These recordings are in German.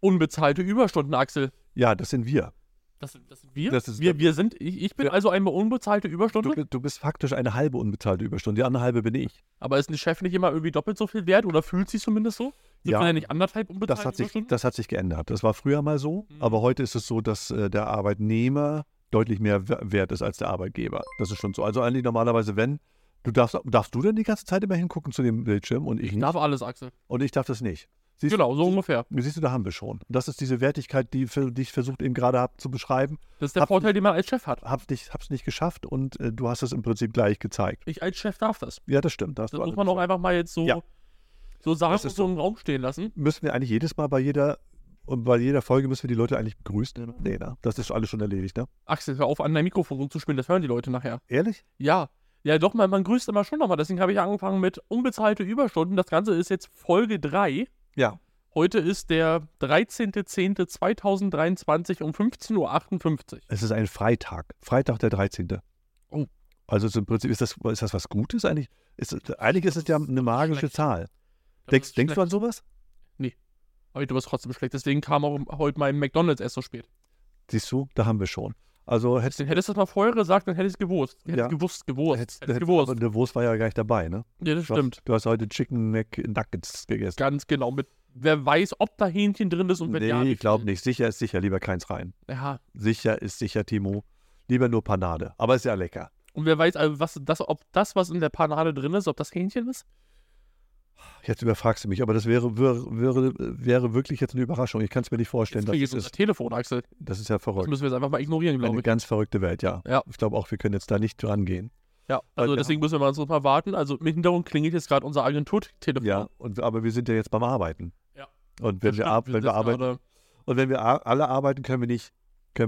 Unbezahlte Überstunden, Axel. Ja, das sind wir. Das sind wir? Das ist- Ich bin also eine unbezahlte Überstunde? Du bist faktisch eine halbe unbezahlte Überstunde, die andere halbe bin ich. Aber ist ein Chef nicht immer irgendwie doppelt so viel wert oder fühlt sich zumindest so? Sind Ja. wir ja nicht anderthalb unbezahlte Überstunden? Das hat sich geändert. Das war früher mal so, aber heute ist es so, dass der Arbeitnehmer deutlich mehr wert ist als der Arbeitgeber. Das ist schon so. Also eigentlich normalerweise, darfst du denn die ganze Zeit immer hingucken zu dem Bildschirm und ich Ich nicht? darf alles, Axel. Und ich darf das nicht. Genau, so ungefähr. Siehst du, da haben wir schon. Das ist diese Wertigkeit, die ich versucht eben gerade zu beschreiben. Das ist der Vorteil, den man als Chef hat. Hab's nicht geschafft und du hast es im Prinzip gleich gezeigt. Ich als Chef darf das. Ja, das stimmt. Das muss man auch einfach mal jetzt so, Ja. so sagen Das und ist so im Raum stehen lassen. Müssen wir eigentlich jedes Mal bei jeder Folge müssen wir die Leute eigentlich begrüßen? Nee, ne? Das ist alles schon erledigt, ne? Axel, hör auf, an dein Mikrofon rumzuspielen, das hören die Leute nachher. Ehrlich? Ja. Ja, doch, man grüßt immer schon nochmal. Deswegen habe ich angefangen mit unbezahlte Überstunden. Das Ganze ist jetzt Folge 3. Ja. Heute ist der 13.10.2023 um 15:58 Uhr. Es ist ein Freitag. Freitag der 13. Oh. Also im Prinzip ist das was Gutes eigentlich? Eigentlich ist es ja eine magische schlecht. Zahl. Das ist Denkst du schlecht. an sowas? Heute war es trotzdem schlecht. Deswegen kam auch heute mein McDonalds erst so spät. Siehst du, da haben wir schon. Also hättest Hättest du das mal vorher gesagt, dann hätte ich es gewusst. Ja. Gewusst. aber der Wurst war ja gar nicht dabei, ne? Ja, das stimmt. Du hast heute Chicken Nuggets gegessen. Ganz genau. Mit wer weiß, ob da Hähnchen drin ist und wenn ja. Nee, wie ich glaube viel. nicht. Sicher ist sicher, lieber keins rein. Ja. Sicher ist sicher, Timo. Lieber nur Panade. Aber ist ja lecker. Und wer weiß, also ob das, was in der Panade drin ist, ob das Hähnchen ist? Jetzt überfragst du mich, aber das wäre wirklich jetzt eine Überraschung. Ich kann es mir nicht vorstellen. Jetzt kriege ich jetzt unser Telefon, Axel. Das ist ja Das verrückt. müssen wir jetzt einfach mal ignorieren, glaube Eine ich. ganz verrückte Welt, ja. Ja. Ich glaube auch, wir können jetzt da nicht dran gehen. Ja, also Weil- deswegen müssen wir uns noch mal warten. Also im Hintergrund klingelt jetzt gerade unser Agenturtelefon. Ja, aber wir sind ja jetzt beim Arbeiten. Ja. Und wenn wir arbeiten, alle arbeiten, können wir nicht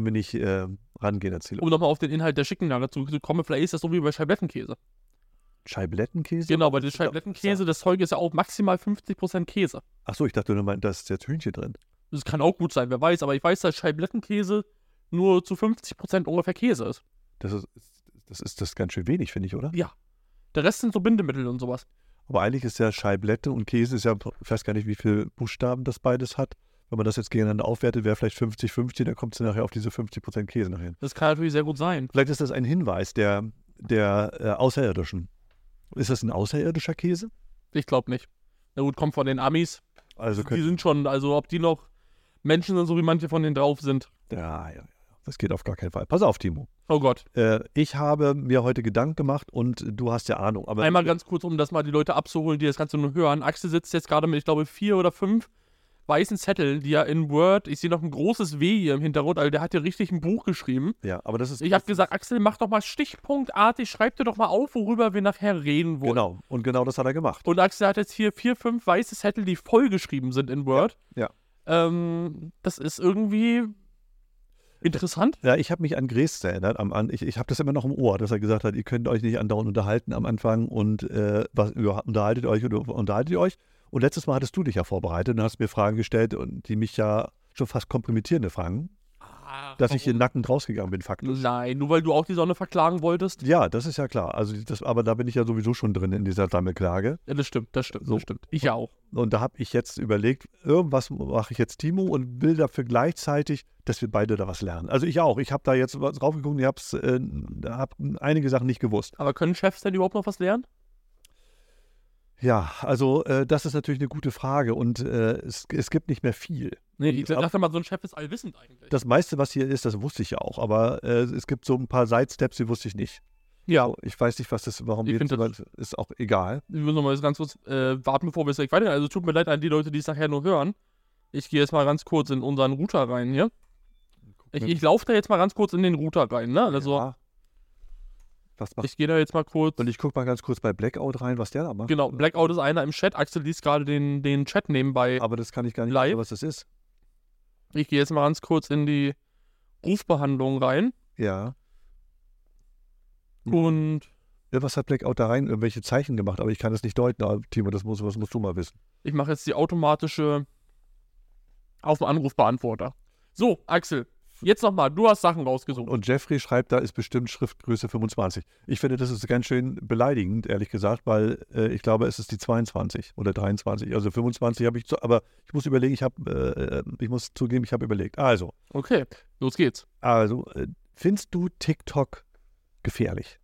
rangehen ans Ziel. Um nochmal auf den Inhalt der Schickenlage zurückzukommen, vielleicht ist das so wie bei Scheiblettenkäse. Scheiblettenkäse? Genau, bei dem Scheiblettenkäse, das Zeug ist ja auch maximal 50% Käse. Achso, ich dachte, du meinst, da ist jetzt Hühnchen drin. Das kann auch gut sein, wer weiß, aber ich weiß, dass Scheiblettenkäse nur zu 50% ungefähr Käse ist. Das ist ganz schön wenig, finde ich, oder? Ja. Der Rest sind so Bindemittel und sowas. Aber eigentlich ist ja Scheiblette und Käse, ich weiß gar nicht, wie viele Buchstaben das beides hat. Wenn man das jetzt gegeneinander aufwertet, wäre vielleicht 50-50, dann kommt es nachher auf diese 50% Käse nachher hin. Das kann natürlich sehr gut sein. Vielleicht ist das ein Hinweis der Außerirdischen. Ist das ein außerirdischer Käse? Ich glaube nicht. Na gut, kommt von den Amis. Also Die sind schon, also ob die noch Menschen sind, so wie manche von denen drauf sind. ja. Das geht auf gar keinen Fall. Pass auf, Timo. Oh Gott. Ich habe mir heute Gedanken gemacht und du hast ja Ahnung. Aber Einmal ganz kurz, um das mal die Leute abzuholen, die das Ganze nur hören. Axel sitzt jetzt gerade mit, ich glaube, 4 oder 5 weißen Zetteln, die er in Word, ich sehe noch ein großes W hier im Hintergrund, also der hat ja richtig ein Buch geschrieben. Ja, aber das ist. Ich habe gesagt, Axel, mach doch mal stichpunktartig, schreib dir doch mal auf, worüber wir nachher reden wollen. Genau, und genau das hat er gemacht. Und Axel hat jetzt hier 4, 5 weiße Zettel, die vollgeschrieben sind in Word. Ja. Das ist irgendwie interessant. Ja, ich habe mich an Gräß erinnert. Ich habe das immer noch im Ohr, dass er gesagt hat, ihr könnt euch nicht andauernd unterhalten am Anfang und unterhaltet ihr euch. Und letztes Mal hattest du dich ja vorbereitet und hast mir Fragen gestellt, und die mich ja schon fast kompromittierende Fragen, dass ich hier nackend rausgegangen bin, faktisch. Nein, nur weil du auch die Sonne verklagen wolltest. Ja, das ist ja klar. Also aber da bin ich ja sowieso schon drin in dieser Sammelklage. Ja, das stimmt. So. Das stimmt. Ich ja auch. Und da habe ich jetzt überlegt, irgendwas mache ich jetzt Timo und will dafür gleichzeitig, dass wir beide da was lernen. Also ich auch. Ich habe da jetzt was draufgeguckt und ich habe einige Sachen nicht gewusst. Aber können Chefs denn überhaupt noch was lernen? Ja, also das ist natürlich eine gute Frage und es gibt nicht mehr viel. Nee, ich dachte mal, so ein Chef ist allwissend eigentlich. Das meiste, was hier ist, das wusste ich ja auch, aber es gibt so ein paar Sidesteps, die wusste ich nicht. Ja. So, ich weiß nicht, warum Ich wir find jetzt, ist auch egal. Wir müssen noch mal ganz kurz warten, bevor wir es gleich weitergehen. Also tut mir leid an die Leute, die es nachher nur hören. Ich gehe jetzt mal ganz kurz in unseren Router rein hier. Ich laufe da jetzt mal ganz kurz in den Router rein, ne? Also Ja. Was macht? ich gehe da jetzt mal kurz. Und ich gucke mal ganz kurz bei Blackout rein, was der da macht. Genau, Blackout ist einer im Chat. Axel liest gerade den Chat nebenbei. Aber das kann ich gar nicht Live? sagen, was das ist. Ich gehe jetzt mal ganz kurz in die Rufbehandlung rein. Ja. Und Was hat Blackout da rein? Irgendwelche Zeichen gemacht, aber ich kann das nicht deuten. Aber, Timo, das musst du mal wissen. ich mache jetzt die automatische auf dem Anrufbeantworter. So, Axel. Jetzt nochmal, du hast Sachen rausgesucht. Und Jeffrey schreibt, da ist bestimmt Schriftgröße 25. Ich finde, das ist ganz schön beleidigend, ehrlich gesagt, weil ich glaube, es ist die 22 oder 23. Also 25 habe ich, aber ich muss überlegen, ich muss zugeben, ich habe überlegt. Also. Okay, los geht's. Also, findest du TikTok gefährlich?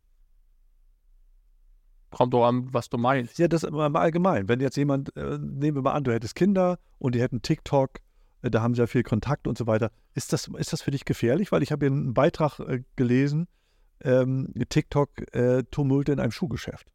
Kommt doch an, was du meinst. Ja, das mal allgemein. Wenn jetzt jemand, nehmen wir mal an, du hättest Kinder und die hätten TikTok, da haben sie ja viel Kontakt und so weiter. Ist das für dich gefährlich? Weil ich habe hier einen Beitrag gelesen, TikTok Tumulte in einem Schuhgeschäft.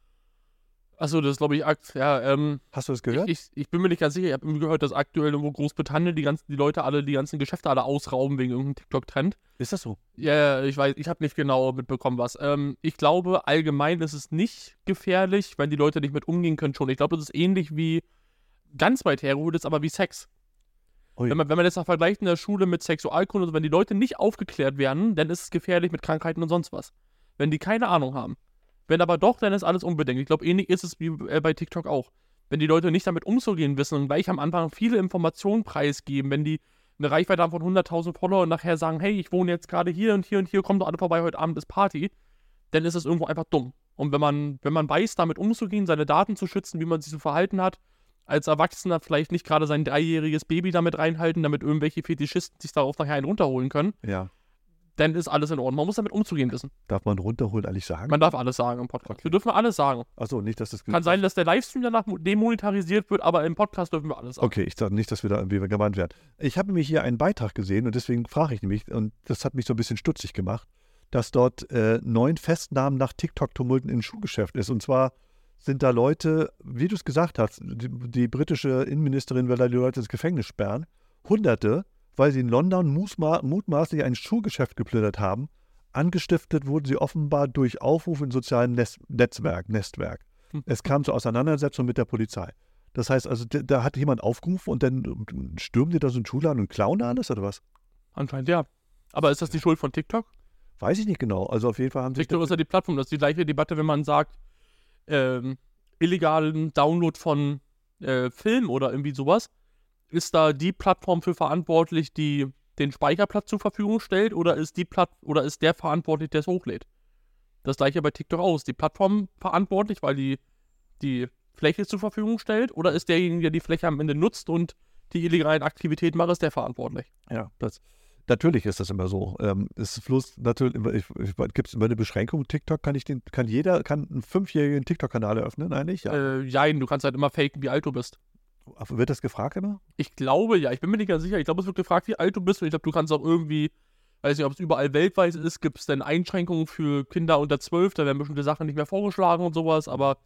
Achso, das ist, glaube ich, hast du das gehört? Ich bin mir nicht ganz sicher. Ich habe irgendwie gehört, dass aktuell irgendwo Großbritannien die ganzen Geschäfte alle ausrauben wegen irgendeinem TikTok-Trend. Ist das so? Ja, ich weiß, ich habe nicht genau mitbekommen, was. Ich glaube, allgemein ist es nicht gefährlich, wenn die Leute nicht mit umgehen können schon. Ich glaube, das ist ähnlich wie, ganz weit hergeholt ist, aber wie Sex. Wenn man jetzt noch vergleicht in der Schule mit Sexualkunde, also wenn die Leute nicht aufgeklärt werden, dann ist es gefährlich mit Krankheiten und sonst was. Wenn die keine Ahnung haben. Wenn aber doch, dann ist alles unbedenkt. Ich glaube, ähnlich ist es wie bei TikTok auch. Wenn die Leute nicht damit umzugehen wissen und gleich am Anfang viele Informationen preisgeben, wenn die eine Reichweite haben von 100.000 Follower und nachher sagen, hey, ich wohne jetzt gerade hier und hier und hier, kommt doch alle vorbei, heute Abend ist Party, dann ist es irgendwo einfach dumm. Und wenn man weiß, damit umzugehen, seine Daten zu schützen, wie man sich so verhalten hat, als Erwachsener vielleicht nicht gerade sein 3-jähriges Baby damit reinhalten, damit irgendwelche Fetischisten sich darauf nachher einen runterholen können, ja, dann ist alles in Ordnung. Man muss damit umzugehen wissen. Darf man runterholen eigentlich sagen? Man darf alles sagen im Podcast. Okay. Wir dürfen alles sagen. Achso, nicht, dass das... Kann sein, dass der Livestream danach demonetarisiert wird, aber im Podcast dürfen wir alles sagen. Okay, ich sage nicht, dass wir da irgendwie gemeint werden. Ich habe nämlich hier einen Beitrag gesehen und deswegen frage ich nämlich, und das hat mich so ein bisschen stutzig gemacht, dass dort 9 Festnahmen nach TikTok-Tumulten im Schuhgeschäft ist. Und zwar sind da Leute, wie du es gesagt hast, die britische Innenministerin will da die Leute ins Gefängnis sperren. Hunderte, weil sie in London mutmaßlich ein Schuhgeschäft geplündert haben. Angestiftet wurden sie offenbar durch Aufrufe in sozialen Nestwerk. Es kam zur Auseinandersetzung mit der Polizei. Das heißt also, da hat jemand aufgerufen und dann stürmen die da so einen Schuhladen und klauen alles oder was? Anscheinend ja. Aber ist das die Schuld von TikTok? Weiß ich nicht genau. Also auf jeden Fall haben sie... TikTok ist ja die Plattform. Das ist die gleiche Debatte, wenn man sagt, illegalen Download von Film oder irgendwie sowas. Ist da die Plattform für verantwortlich, die den Speicherplatz zur Verfügung stellt, oder ist der verantwortlich, der es hochlädt? Das gleiche bei TikTok aus. Die Plattform verantwortlich, weil die Fläche zur Verfügung stellt, oder ist derjenige, der die Fläche am Ende nutzt und die illegalen Aktivitäten macht, ist der verantwortlich? Ja, natürlich ist das immer so. Es ist bloß natürlich, gibt es immer eine Beschränkung? TikTok kann einen 5-jährigen TikTok-Kanal eröffnen, eigentlich? Ja. Jein, du kannst halt immer faken, wie alt du bist. Wird das gefragt immer? Ich glaube ja, ich bin mir nicht ganz sicher. Ich glaube, es wird gefragt, wie alt du bist. Und ich glaube, du kannst auch irgendwie, weiß nicht, ob es überall weltweit ist, gibt es denn Einschränkungen für Kinder unter 12, da werden bestimmte Sachen nicht mehr vorgeschlagen und sowas, aber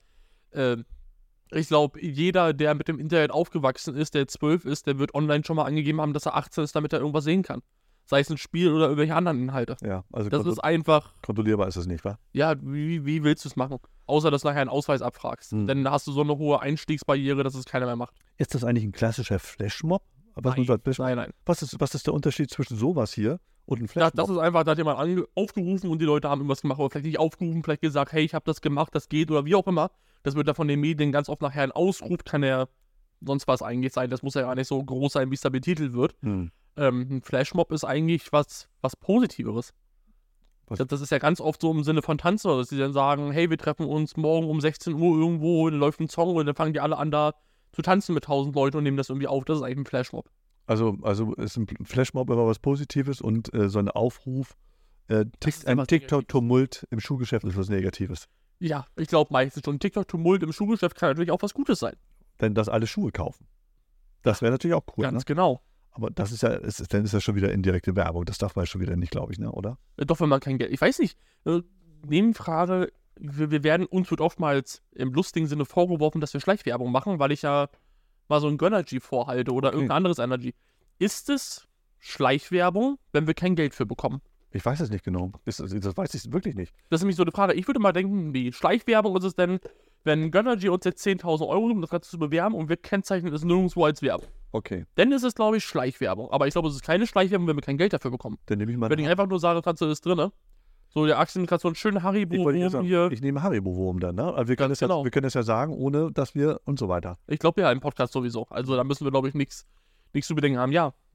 ich glaube, jeder, der mit dem Internet aufgewachsen ist, der 12 ist, der wird online schon mal angegeben haben, dass er 18 ist, damit er irgendwas sehen kann. Sei es ein Spiel oder irgendwelche anderen Inhalte. Ja, also das ist einfach... Kontrollierbar ist es nicht, wa? Ja, wie willst du es machen? Außer, dass du nachher einen Ausweis abfragst. Denn da hast du so eine hohe Einstiegsbarriere, dass es keiner mehr macht. Ist das eigentlich ein klassischer Flashmob? Nein. Was ist der Unterschied zwischen sowas hier und einem Flashmob? Das ist einfach, da hat jemand aufgerufen und die Leute haben irgendwas gemacht. Oder vielleicht nicht aufgerufen, vielleicht gesagt, hey, ich habe das gemacht, das geht oder wie auch immer. Das wird da von den Medien ganz oft nachher ein Ausruf, kann ja sonst was eigentlich sein. Das muss ja gar nicht so groß sein, wie es da betitelt wird. Ein Flashmob ist eigentlich was Positiveres. Das ist ja ganz oft so im Sinne von Tanzen, dass die dann sagen, hey, wir treffen uns morgen um 16 Uhr irgendwo, dann läuft ein Song und dann fangen die alle an da zu tanzen mit 1000 Leuten und nehmen das irgendwie auf. Das ist eigentlich ein Flashmob. Also ist ein Flashmob immer was Positives und so ein Aufruf, ein TikTok-Tumult im Schuhgeschäft ist was Negatives. Ja, ich glaube meistens schon. TikTok-Tumult im Schuhgeschäft kann natürlich auch was Gutes sein. Denn dass alle Schuhe kaufen. Das wäre natürlich auch cool. Ganz genau. Aber das ist ja, dann ist das schon wieder indirekte Werbung. Das darf man schon wieder nicht, glaube ich, ne, oder? Doch, wenn man kein Geld. Ich weiß nicht. Nebenfrage, uns wird oftmals im lustigen Sinne vorgeworfen, dass wir Schleichwerbung machen, weil ich ja mal so ein Gönnergy vorhalte oder irgendein anderes Energy. Ist es Schleichwerbung, wenn wir kein Geld für bekommen? Ich weiß es nicht genau. Das weiß ich wirklich nicht. Das ist nämlich so eine Frage. Ich würde mal denken, die Schleichwerbung ist es denn, wenn Gönnergy uns jetzt 10.000 Euro gibt, um das Ganze zu bewerben und wir kennzeichnen es nirgendwo als Werbung. Okay. Dann ist es, glaube ich, Schleichwerbung. Aber ich glaube, es ist keine Schleichwerbung, wenn wir kein Geld dafür bekommen. Dann nehme ich mal. Wenn ich einfach nur sage, kannst du das drin, ne? So, der Axel hat so einen schönen Haribo-Wurm hier. Ich nehme Haribo-Wurm dann, ne? Aber wir können es ja sagen, ohne dass wir und so weiter. Ich glaube ja, im Podcast sowieso. Also da müssen wir, glaube ich, nichts zu bedenken haben. Ja,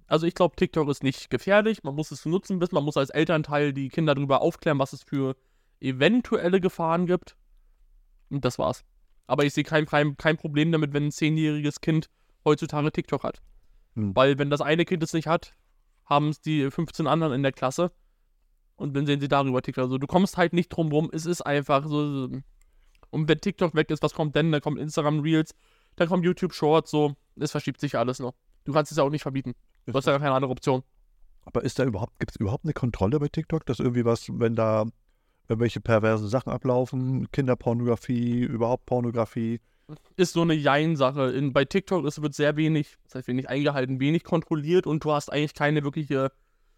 Also ich glaube, TikTok ist nicht gefährlich. Man muss es nutzen wissen. Man muss als Elternteil die Kinder darüber aufklären, was es für eventuelle Gefahren gibt. Und das war's. Aber ich sehe kein Problem damit, wenn ein 10-jähriges Kind heutzutage TikTok hat. Weil wenn das eine Kind es nicht hat, haben es die 15 anderen in der Klasse. Und dann sehen sie darüber TikTok. Also du kommst halt nicht drum rum. Es ist einfach so. Und wenn TikTok weg ist, was kommt denn? Dann kommt Instagram Reels, dann kommt YouTube Shorts, so. Es verschiebt sich alles noch. Du kannst es ja auch nicht verbieten. Du hast ja keine andere Option. Aber gibt es überhaupt eine Kontrolle bei TikTok, dass irgendwie was, wenn da irgendwelche perversen Sachen ablaufen, Kinderpornografie, überhaupt Pornografie? Ist so eine Jein-Sache. Bei TikTok wird sehr wenig, das heißt wenig eingehalten, wenig kontrolliert und du hast eigentlich keine wirkliche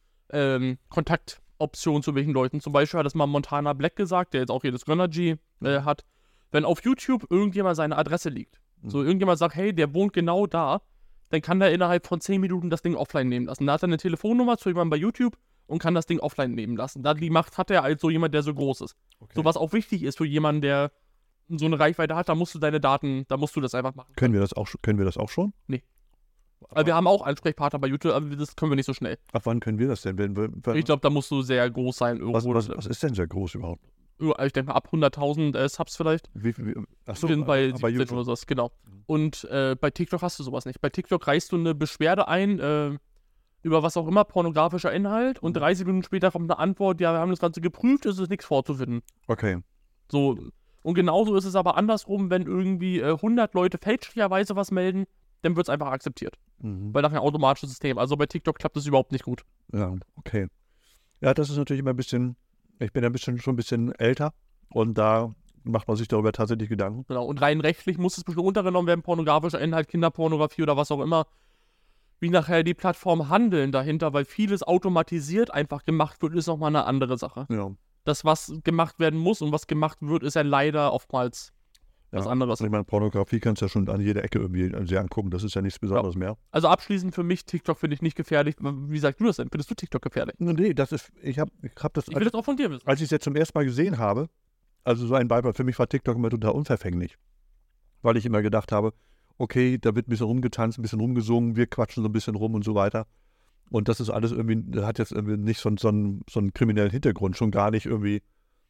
Kontaktoption zu welchen Leuten. Zum Beispiel hat das mal Montana Black gesagt, der jetzt auch hier das Gönnergy hat. Wenn auf YouTube irgendjemand seine Adresse liegt, so irgendjemand sagt, hey, der wohnt genau da, dann kann der innerhalb von 10 Minuten das Ding offline nehmen lassen. Da hat er eine Telefonnummer zu jemandem bei YouTube und kann das Ding offline nehmen lassen. Da die Macht hat er als so jemand, der so groß ist. Okay. So was auch wichtig ist für jemanden, der so eine Reichweite hat, da musst du deine Daten, da musst du das einfach machen. Können wir das auch schon? Nee. Aber wir haben auch Ansprechpartner bei YouTube, aber das können wir nicht so schnell. Ab wann können wir das denn? Ich glaube, da musst du sehr groß sein. Was ist denn sehr groß überhaupt? Ich denke mal ab 100.000 Subs vielleicht. Achso, bei YouTube oder sowas, genau. Und bei TikTok hast du sowas nicht. Bei TikTok reichst du eine Beschwerde ein, über was auch immer, pornografischer Inhalt, und 30 Minuten später kommt eine Antwort, ja, wir haben das Ganze geprüft, es ist nichts vorzufinden. Okay. So, und genauso ist es aber andersrum, wenn irgendwie 100 Leute fälschlicherweise was melden, dann wird es einfach akzeptiert. Weil nachher ein automatisches System. Also bei TikTok klappt das überhaupt nicht gut. Ja, okay. Ja, das ist natürlich immer ein bisschen, ich bin ja schon ein bisschen älter und da macht man sich darüber tatsächlich Gedanken. Genau, und rein rechtlich muss es bestimmt untergenommen werden, pornografischer Inhalt, Kinderpornografie oder was auch immer. Wie nachher die Plattformen handeln dahinter, weil vieles automatisiert einfach gemacht wird, ist nochmal eine andere Sache. Ja. Das, was gemacht werden muss und was gemacht wird, ist ja leider oftmals was anderes. Ich meine, Pornografie kannst du ja schon an jeder Ecke irgendwie sehr angucken. Das ist ja nichts Besonderes mehr. Also abschließend für mich, TikTok finde ich nicht gefährlich. Wie sagst du das denn? Findest du TikTok gefährlich? Nee, ich will das auch von dir wissen. Als ich es jetzt zum ersten Mal gesehen habe, also so ein Beispiel, für mich war TikTok immer total unverfänglich. Weil ich immer gedacht habe, okay, da wird ein bisschen rumgetanzt, ein bisschen rumgesungen, wir quatschen so ein bisschen rum und so weiter. Und das ist alles irgendwie, hat jetzt irgendwie nicht so einen kriminellen Hintergrund, schon gar nicht irgendwie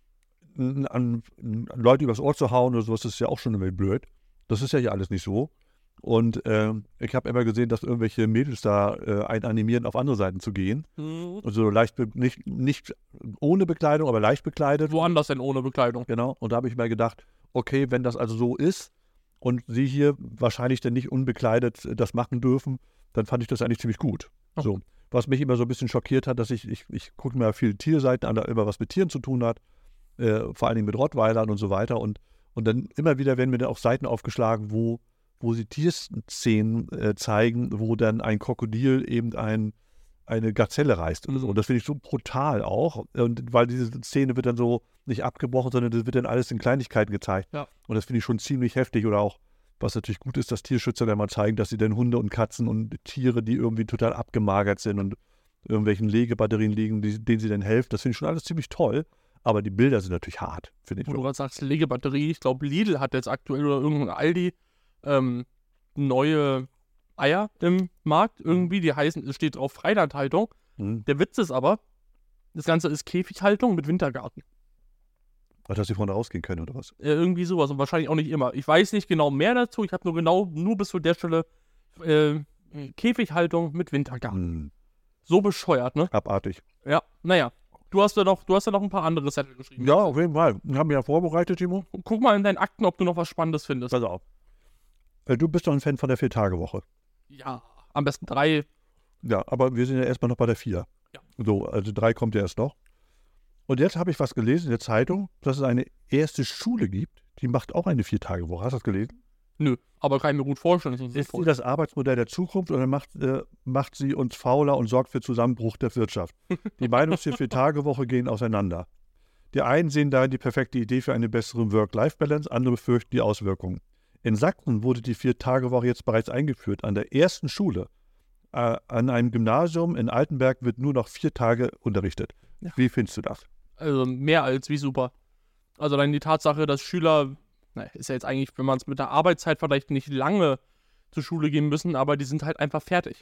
an Leute übers Ohr zu hauen oder sowas, das ist ja auch schon irgendwie blöd. Das ist ja hier alles nicht so. Und ich habe immer gesehen, dass irgendwelche Mädels da einen animieren, auf andere Seiten zu gehen. Also nicht ohne Bekleidung, aber leicht bekleidet. Woanders denn ohne Bekleidung? Genau. Und da habe ich mir gedacht, okay, wenn das also so ist und sie hier wahrscheinlich dann nicht unbekleidet das machen dürfen, dann fand ich das eigentlich ziemlich gut. Okay. So. Was mich immer so ein bisschen schockiert hat, dass ich gucke mir viele Tierseiten an, da immer was mit Tieren zu tun hat. Vor allen Dingen mit Rottweilern und so weiter. Und dann immer wieder werden mir dann auch Seiten aufgeschlagen, wo sie Tierszenen zeigen, wo dann ein Krokodil eben eine Gazelle reißt. Und das finde ich so brutal auch. Und weil diese Szene wird dann so nicht abgebrochen, sondern das wird dann alles in Kleinigkeiten gezeigt. Ja. Und das finde ich schon ziemlich heftig. Oder auch, was natürlich gut ist, dass Tierschützer dann mal zeigen, dass sie dann Hunde und Katzen und Tiere, die irgendwie total abgemagert sind und irgendwelchen Legebatterien liegen, denen sie dann helfen. Das finde ich schon alles ziemlich toll. Aber die Bilder sind natürlich hart, finde ich. Wo du gerade sagst, Legebatterie, ich glaube, Lidl hat jetzt aktuell oder irgendein Aldi neue Eier im Markt irgendwie, die heißen, es steht drauf Freilandhaltung. Der Witz ist aber, das Ganze ist Käfighaltung mit Wintergarten. Ach, dass sie vorne rausgehen können, oder was? Irgendwie sowas und wahrscheinlich auch nicht immer. Ich weiß nicht genau mehr dazu, ich habe nur bis zu der Stelle Käfighaltung mit Wintergarten. So bescheuert, ne? Abartig. Ja, naja. Du hast ja noch ein paar andere Zettel geschrieben. Ja, auf jeden Fall. Haben wir ja vorbereitet, Timo. Guck mal in deinen Akten, ob du noch was Spannendes findest. Pass auf. Du bist doch ein Fan von der 4-Tage-Woche. Ja, am besten 3. Ja, aber wir sind ja erstmal noch bei der 4. Ja. So, also 3 kommt ja erst noch. Und jetzt habe ich was gelesen in der Zeitung, dass es eine erste Schule gibt, die macht auch eine 4-Tage-Woche. Hast du das gelesen? Nö, aber kann ich mir gut vorstellen. Ist sie das Arbeitsmodell der Zukunft oder macht sie uns fauler und sorgt für Zusammenbruch der Wirtschaft? Die Meinungen zur 4-Tage-Woche gehen auseinander. Die einen sehen darin die perfekte Idee für eine bessere Work-Life-Balance, andere befürchten die Auswirkungen. In Sachsen wurde die 4-Tage-Woche jetzt bereits eingeführt. An der ersten Schule, an einem Gymnasium in Altenberg, wird nur noch 4 Tage unterrichtet. Ja. Wie findest du das? Also mehr als wie super. Also dann die Tatsache, dass Schüler, ist ja jetzt eigentlich, wenn man es mit der Arbeitszeit vielleicht nicht lange zur Schule gehen müssen, aber die sind halt einfach fertig.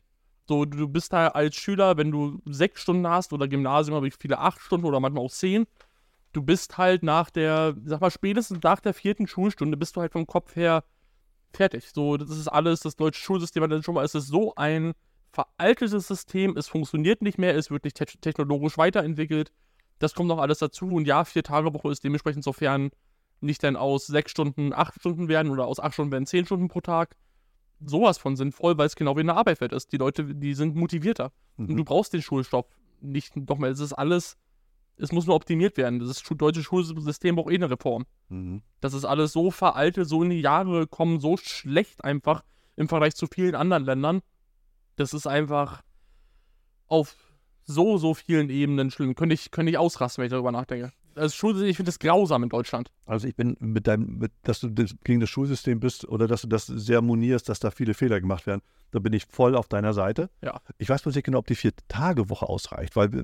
So, du bist da als Schüler, wenn du 6 Stunden hast oder Gymnasium habe ich viele 8 Stunden oder manchmal auch 10. Du bist halt spätestens nach der 4. Schulstunde bist du halt vom Kopf her fertig. So, das ist alles, das deutsche Schulsystem hat dann schon mal, es ist so ein veraltetes System, es funktioniert nicht mehr, es wird nicht technologisch weiterentwickelt. Das kommt noch alles dazu und ja, 4-Tage-Woche ist dementsprechend insofern nicht dann aus 6 Stunden 8 Stunden werden oder aus 8 Stunden werden 10 Stunden pro Tag. Sowas von sinnvoll, weil es genau wie in der Arbeitswelt ist. Die Leute, die sind motivierter. Und du brauchst den Schulstoff nicht nochmal. Es ist alles, es muss nur optimiert werden. Das deutsche Schulsystem braucht eine Reform. Das ist alles so veraltet, so in die Jahre gekommen, so schlecht einfach im Vergleich zu vielen anderen Ländern. Das ist einfach auf so vielen Ebenen schlimm. Könnte ich ausrasten, wenn ich darüber nachdenke. Das Schulsystem, ich finde das grausam in Deutschland. Also ich bin dass du gegen das Schulsystem bist oder dass du das sehr monierst, dass da viele Fehler gemacht werden, da bin ich voll auf deiner Seite. Ja. Ich weiß bloß nicht genau, ob die 4-Tage-Woche ausreicht, weil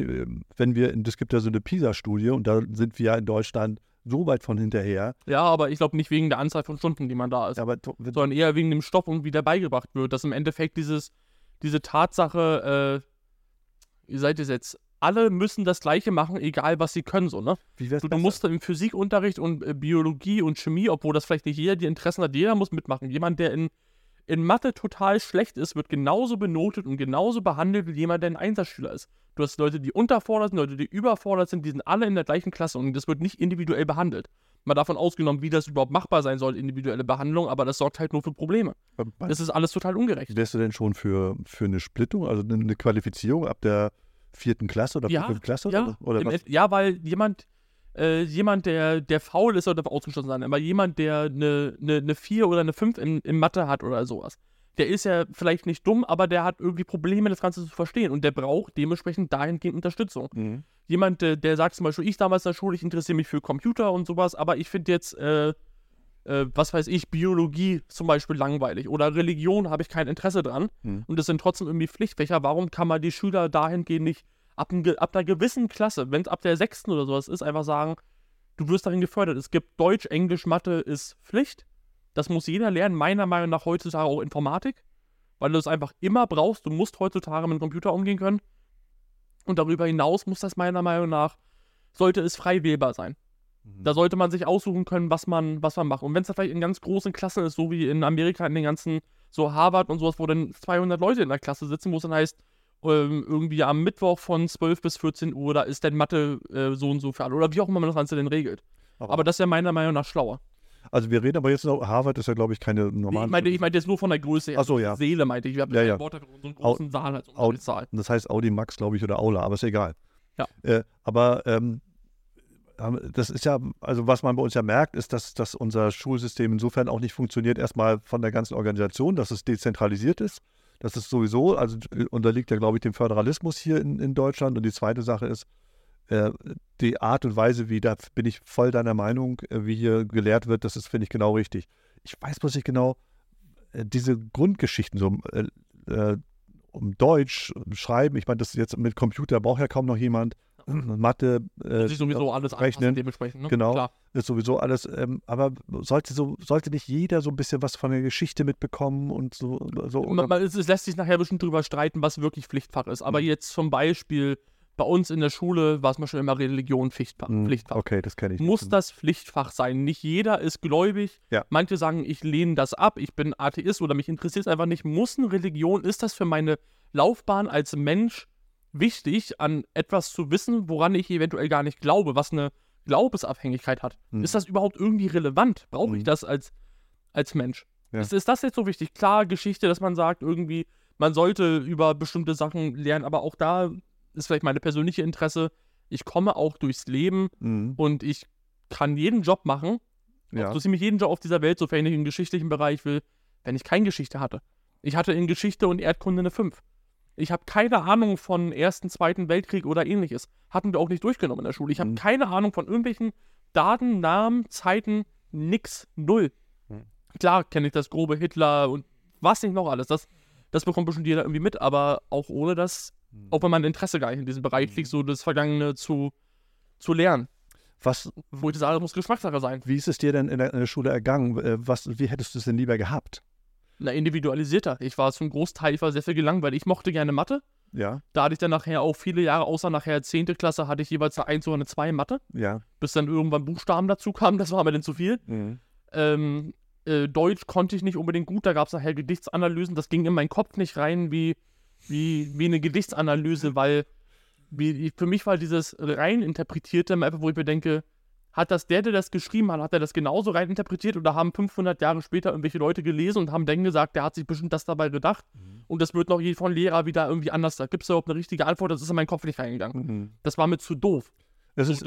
es gibt ja so eine PISA-Studie und da sind wir ja in Deutschland so weit von hinterher. Ja, aber ich glaube nicht wegen der Anzahl von Stunden, die man da ist, sondern eher wegen dem Stoff und wie der beigebracht wird, dass im Endeffekt diese Tatsache, ihr seid es jetzt, alle müssen das Gleiche machen, egal was sie können, so, ne? Wie wär's Du musst im Physikunterricht und Biologie und Chemie, obwohl das vielleicht nicht jeder die Interessen hat, jeder muss mitmachen. Jemand, der in Mathe total schlecht ist, wird genauso benotet und genauso behandelt wie jemand, der ein Einsatzschüler ist. Du hast Leute, die unterfordert sind, Leute, die überfordert sind, die sind alle in der gleichen Klasse und das wird nicht individuell behandelt. Mal davon ausgenommen, wie das überhaupt machbar sein soll, individuelle Behandlung, aber das sorgt halt nur für Probleme. Das ist alles total ungerecht. Wärst du denn schon für eine Splittung, also eine Qualifizierung ab der 4. Klasse oder 5. Klasse? Ja, oder was? Ja, weil jemand, der faul ist, sollte ausgeschlossen sein. Aber jemand, der eine 4 oder eine 5 in Mathe hat oder sowas, der ist ja vielleicht nicht dumm, aber der hat irgendwie Probleme, das Ganze zu verstehen. Und der braucht dementsprechend dahingehend Unterstützung. Jemand, der sagt zum Beispiel, ich damals in der Schule, ich interessiere mich für Computer und sowas, aber ich finde jetzt, was weiß ich, Biologie zum Beispiel langweilig oder Religion habe ich kein Interesse dran. Und das sind trotzdem irgendwie Pflichtfächer. Warum kann man die Schüler dahingehend nicht ab einer gewissen Klasse, wenn es ab der 6. oder sowas ist, einfach sagen, du wirst darin gefördert. Es gibt Deutsch, Englisch, Mathe ist Pflicht. Das muss jeder lernen, meiner Meinung nach heutzutage auch Informatik, weil du es einfach immer brauchst. Du musst heutzutage mit dem Computer umgehen können. Und darüber hinaus muss das meiner Meinung nach, sollte es frei wählbar sein. Da sollte man sich aussuchen können, was man macht. Und wenn es da vielleicht in ganz großen Klassen ist, so wie in Amerika in den ganzen, so Harvard und sowas, wo dann 200 Leute in der Klasse sitzen, wo es dann heißt, irgendwie am Mittwoch von 12 bis 14 Uhr, da ist denn Mathe so und so für alle. Oder wie auch immer man das Ganze denn regelt. Aber das ist ja meiner Meinung nach schlauer. Also wir reden aber jetzt noch, Harvard ist ja, glaube ich, keine normale... Ich meinte jetzt nur von der Größe her. Ach so, ja. Seele meinte ich. Wir haben ja. Wort dafür, so einen großen Saal. Halt, so eine Zahl. Das heißt Audi Max, glaube ich, oder Aula, aber ist egal. Ja. Aber das ist ja, also was man bei uns ja merkt, ist, dass unser Schulsystem insofern auch nicht funktioniert, erstmal von der ganzen Organisation, dass es dezentralisiert ist. Das ist sowieso, also unterliegt ja, glaube ich, dem Föderalismus hier in Deutschland. Und die zweite Sache ist, die Art und Weise, wie, da bin ich voll deiner Meinung, wie hier gelehrt wird, das ist, finde ich, genau richtig. Ich weiß bloß nicht genau, diese Grundgeschichten, so um Deutsch schreiben, ich meine, das jetzt mit Computer braucht ja kaum noch jemand. Mathe, sich sowieso alles rechnen, dementsprechend, ne? Genau, Klar. ist sowieso alles, aber sollte nicht jeder so ein bisschen was von der Geschichte mitbekommen und so? Es lässt sich nachher bestimmt drüber streiten, was wirklich Pflichtfach ist, aber jetzt zum Beispiel bei uns in der Schule war es mal schon immer Religion Pflichtfach. Okay, das kenne ich nicht. Muss das Pflichtfach sein? Nicht jeder ist gläubig. Ja. Manche sagen, ich lehne das ab, ich bin Atheist oder mich interessiert es einfach nicht. Muss eine Religion, ist das für meine Laufbahn als Mensch wichtig, an etwas zu wissen, woran ich eventuell gar nicht glaube, was eine Glaubensabhängigkeit hat? Ist das überhaupt irgendwie relevant? Brauche ich das als Mensch? Ja. Ist das jetzt so wichtig? Klar, Geschichte, dass man sagt, irgendwie, man sollte über bestimmte Sachen lernen, aber auch da ist vielleicht meine persönliche Interesse. Ich komme auch durchs Leben und ich kann jeden Job machen, so ziemlich jeden Job auf dieser Welt, sofern ich im geschichtlichen Bereich will, wenn ich keine Geschichte hatte. Ich hatte in Geschichte und Erdkunde eine 5. Ich habe keine Ahnung von Ersten, Zweiten Weltkrieg oder ähnliches. Hatten wir auch nicht durchgenommen in der Schule. Ich habe keine Ahnung von irgendwelchen Daten, Namen, Zeiten, nix, null. Klar kenne ich das grobe Hitler und was nicht noch alles. Das bekommt bestimmt jeder irgendwie mit, aber auch ohne das, auch wenn mein Interesse gar nicht in diesem Bereich liegt, so das Vergangene zu lernen. Wo ich sage, das muss Geschmackssache sein. Wie ist es dir denn in der Schule ergangen? Wie hättest du es denn lieber gehabt? Na, individualisierter. Ich war sehr viel gelangweilt. Ich mochte gerne Mathe. Ja, Da hatte ich dann nachher auch viele Jahre, außer nachher 10. Klasse, hatte ich jeweils eine 1 oder eine 2 in Mathe. ja. Bis dann irgendwann Buchstaben dazu kamen, das war mir dann zu viel. Deutsch konnte ich nicht unbedingt gut, da gab es nachher Gedichtsanalysen, das ging in meinen Kopf nicht rein wie eine Gedichtsanalyse, weil für mich war dieses rein interpretierte einfach, wo ich mir denke, hat der das geschrieben hat er das genauso rein interpretiert oder haben 500 Jahre später irgendwelche Leute gelesen und haben dann gesagt, der hat sich bestimmt das dabei gedacht und das wird noch von Lehrer wieder irgendwie anders. Da gibt es überhaupt eine richtige Antwort, das ist in meinen Kopf nicht reingegangen. Das war mir zu doof. Das So, ist,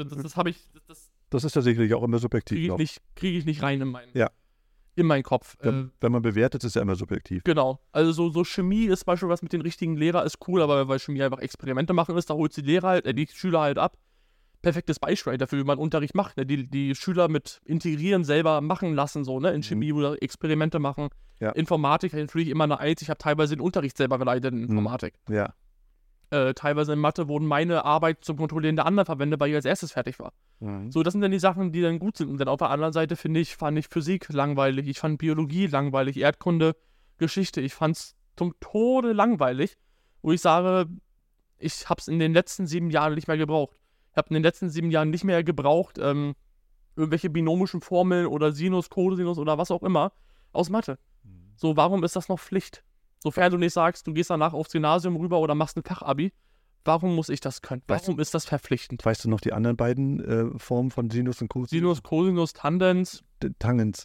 das das ist ja sicherlich auch immer subjektiv. kriege ich nicht rein Ja. in meinen Kopf. Wenn man bewertet, ist es ja immer subjektiv. Genau. Also so Chemie ist zum Beispiel was mit den richtigen Lehrern ist cool, aber weil Chemie einfach Experimente machen ist, da holt die Schüler halt ab. Perfektes Beispiel dafür, wie man Unterricht macht. Ne? Die Schüler mit integrieren, selber machen lassen, so, ne? In Chemie oder Experimente machen. Ja. Informatik natürlich immer eine Eins. Ich habe teilweise den Unterricht selber geleitet in Informatik. Ja. Teilweise in Mathe wurden meine Arbeit zum Kontrollieren der anderen verwendet, weil ich als erstes fertig war. So, das sind dann die Sachen, die dann gut sind. Und dann auf der anderen Seite fand ich Physik langweilig, ich fand Biologie langweilig, Erdkunde, Geschichte. Ich fand es zum Tode langweilig, wo ich sage, ich habe es in den letzten 7 Jahren nicht mehr gebraucht. Ich habe in den letzten 7 Jahren nicht mehr gebraucht, irgendwelche binomischen Formeln oder Sinus, Cosinus oder was auch immer aus Mathe. So, warum ist das noch Pflicht? Sofern du nicht sagst, du gehst danach aufs Gymnasium rüber oder machst ein Fachabi, warum muss ich das können? Warum ist das verpflichtend? Weißt du noch die anderen beiden Formen von Sinus und Cosinus? Sinus, Cosinus, Tangents. Tangens.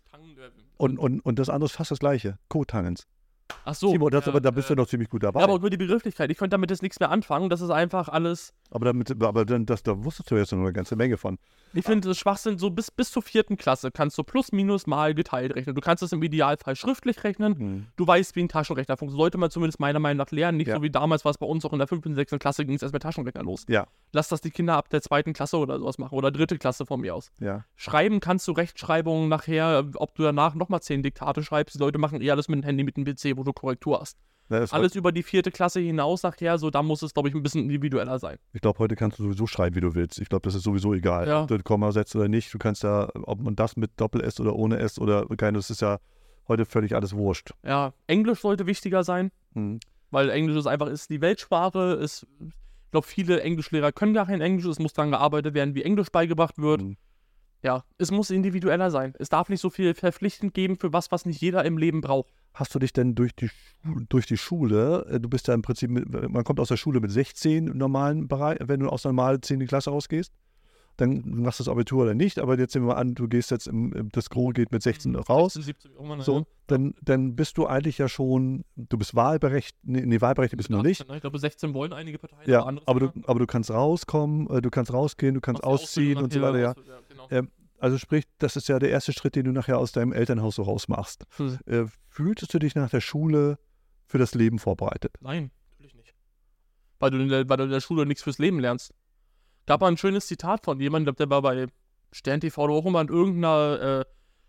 Und das andere ist fast das gleiche. Cotangens. Ach so. Timo, da bist du noch ziemlich gut dabei. Ja, aber nur die Begrifflichkeit. Ich könnte damit jetzt nichts mehr anfangen. Das ist einfach alles. Aber da wusstest du jetzt noch eine ganze Menge von. Ich finde, das Schwachsinn, so bis zur 4. Klasse kannst du plus, minus, mal geteilt rechnen. Du kannst das im Idealfall schriftlich rechnen. Du weißt, wie ein Taschenrechner funktioniert. Sollte man zumindest meiner Meinung nach lernen. Nicht so wie damals war es bei uns auch in der 5. und 6. Klasse ging es erst mit Taschenrechner los. Ja. Lass das die Kinder ab der 2. Klasse oder sowas machen. Oder 3. Klasse von mir aus. Ja. Schreiben kannst du Rechtschreibungen nachher, ob du danach nochmal 10 Diktate schreibst. Die Leute machen eh alles mit dem Handy, mit dem PC, wo du Korrektur hast. Alles über die 4. Klasse hinaus nachher, so da muss es, glaube ich, ein bisschen individueller sein. Ich glaube, heute kannst du sowieso schreiben, wie du willst. Ich glaube, das ist sowieso egal, ob du ein Komma setzt oder nicht. Du kannst ja, ob man das mit Doppel-S oder ohne S oder keine, das ist ja heute völlig alles wurscht. Ja, Englisch sollte wichtiger sein, weil Englisch ist die Weltsprache. Ich glaube, viele Englischlehrer können gar kein Englisch. Es muss daran gearbeitet werden, wie Englisch beigebracht wird. Ja, es muss individueller sein. Es darf nicht so viel verpflichtend geben für was nicht jeder im Leben braucht. Hast du dich denn durch die Schule, du bist ja im Prinzip, man kommt aus der Schule mit 16 im normalen Bereich, wenn du aus der normalen 10. Klasse rausgehst, dann machst du das Abitur oder nicht, aber jetzt nehmen wir an, du gehst jetzt, das Gros geht mit 16 raus, 16, 17, irgendwann, so, dann bist du eigentlich ja schon, du bist wahlberechtigt, wahlberechtigt bist du noch nicht. Ich glaube, 16 wollen einige Parteien. Ja, aber du kannst rauskommen, du kannst rausgehen, du kannst ausziehen und so weiter, ja. Genau. Also sprich, das ist ja der erste Schritt, den du nachher aus deinem Elternhaus so rausmachst. Fühltest du dich nach der Schule für das Leben vorbereitet? Nein, natürlich nicht. Weil du in der Schule nichts fürs Leben lernst. Gab mal ein schönes Zitat von jemandem, der war bei Stern TV oder auch immer in irgendeiner,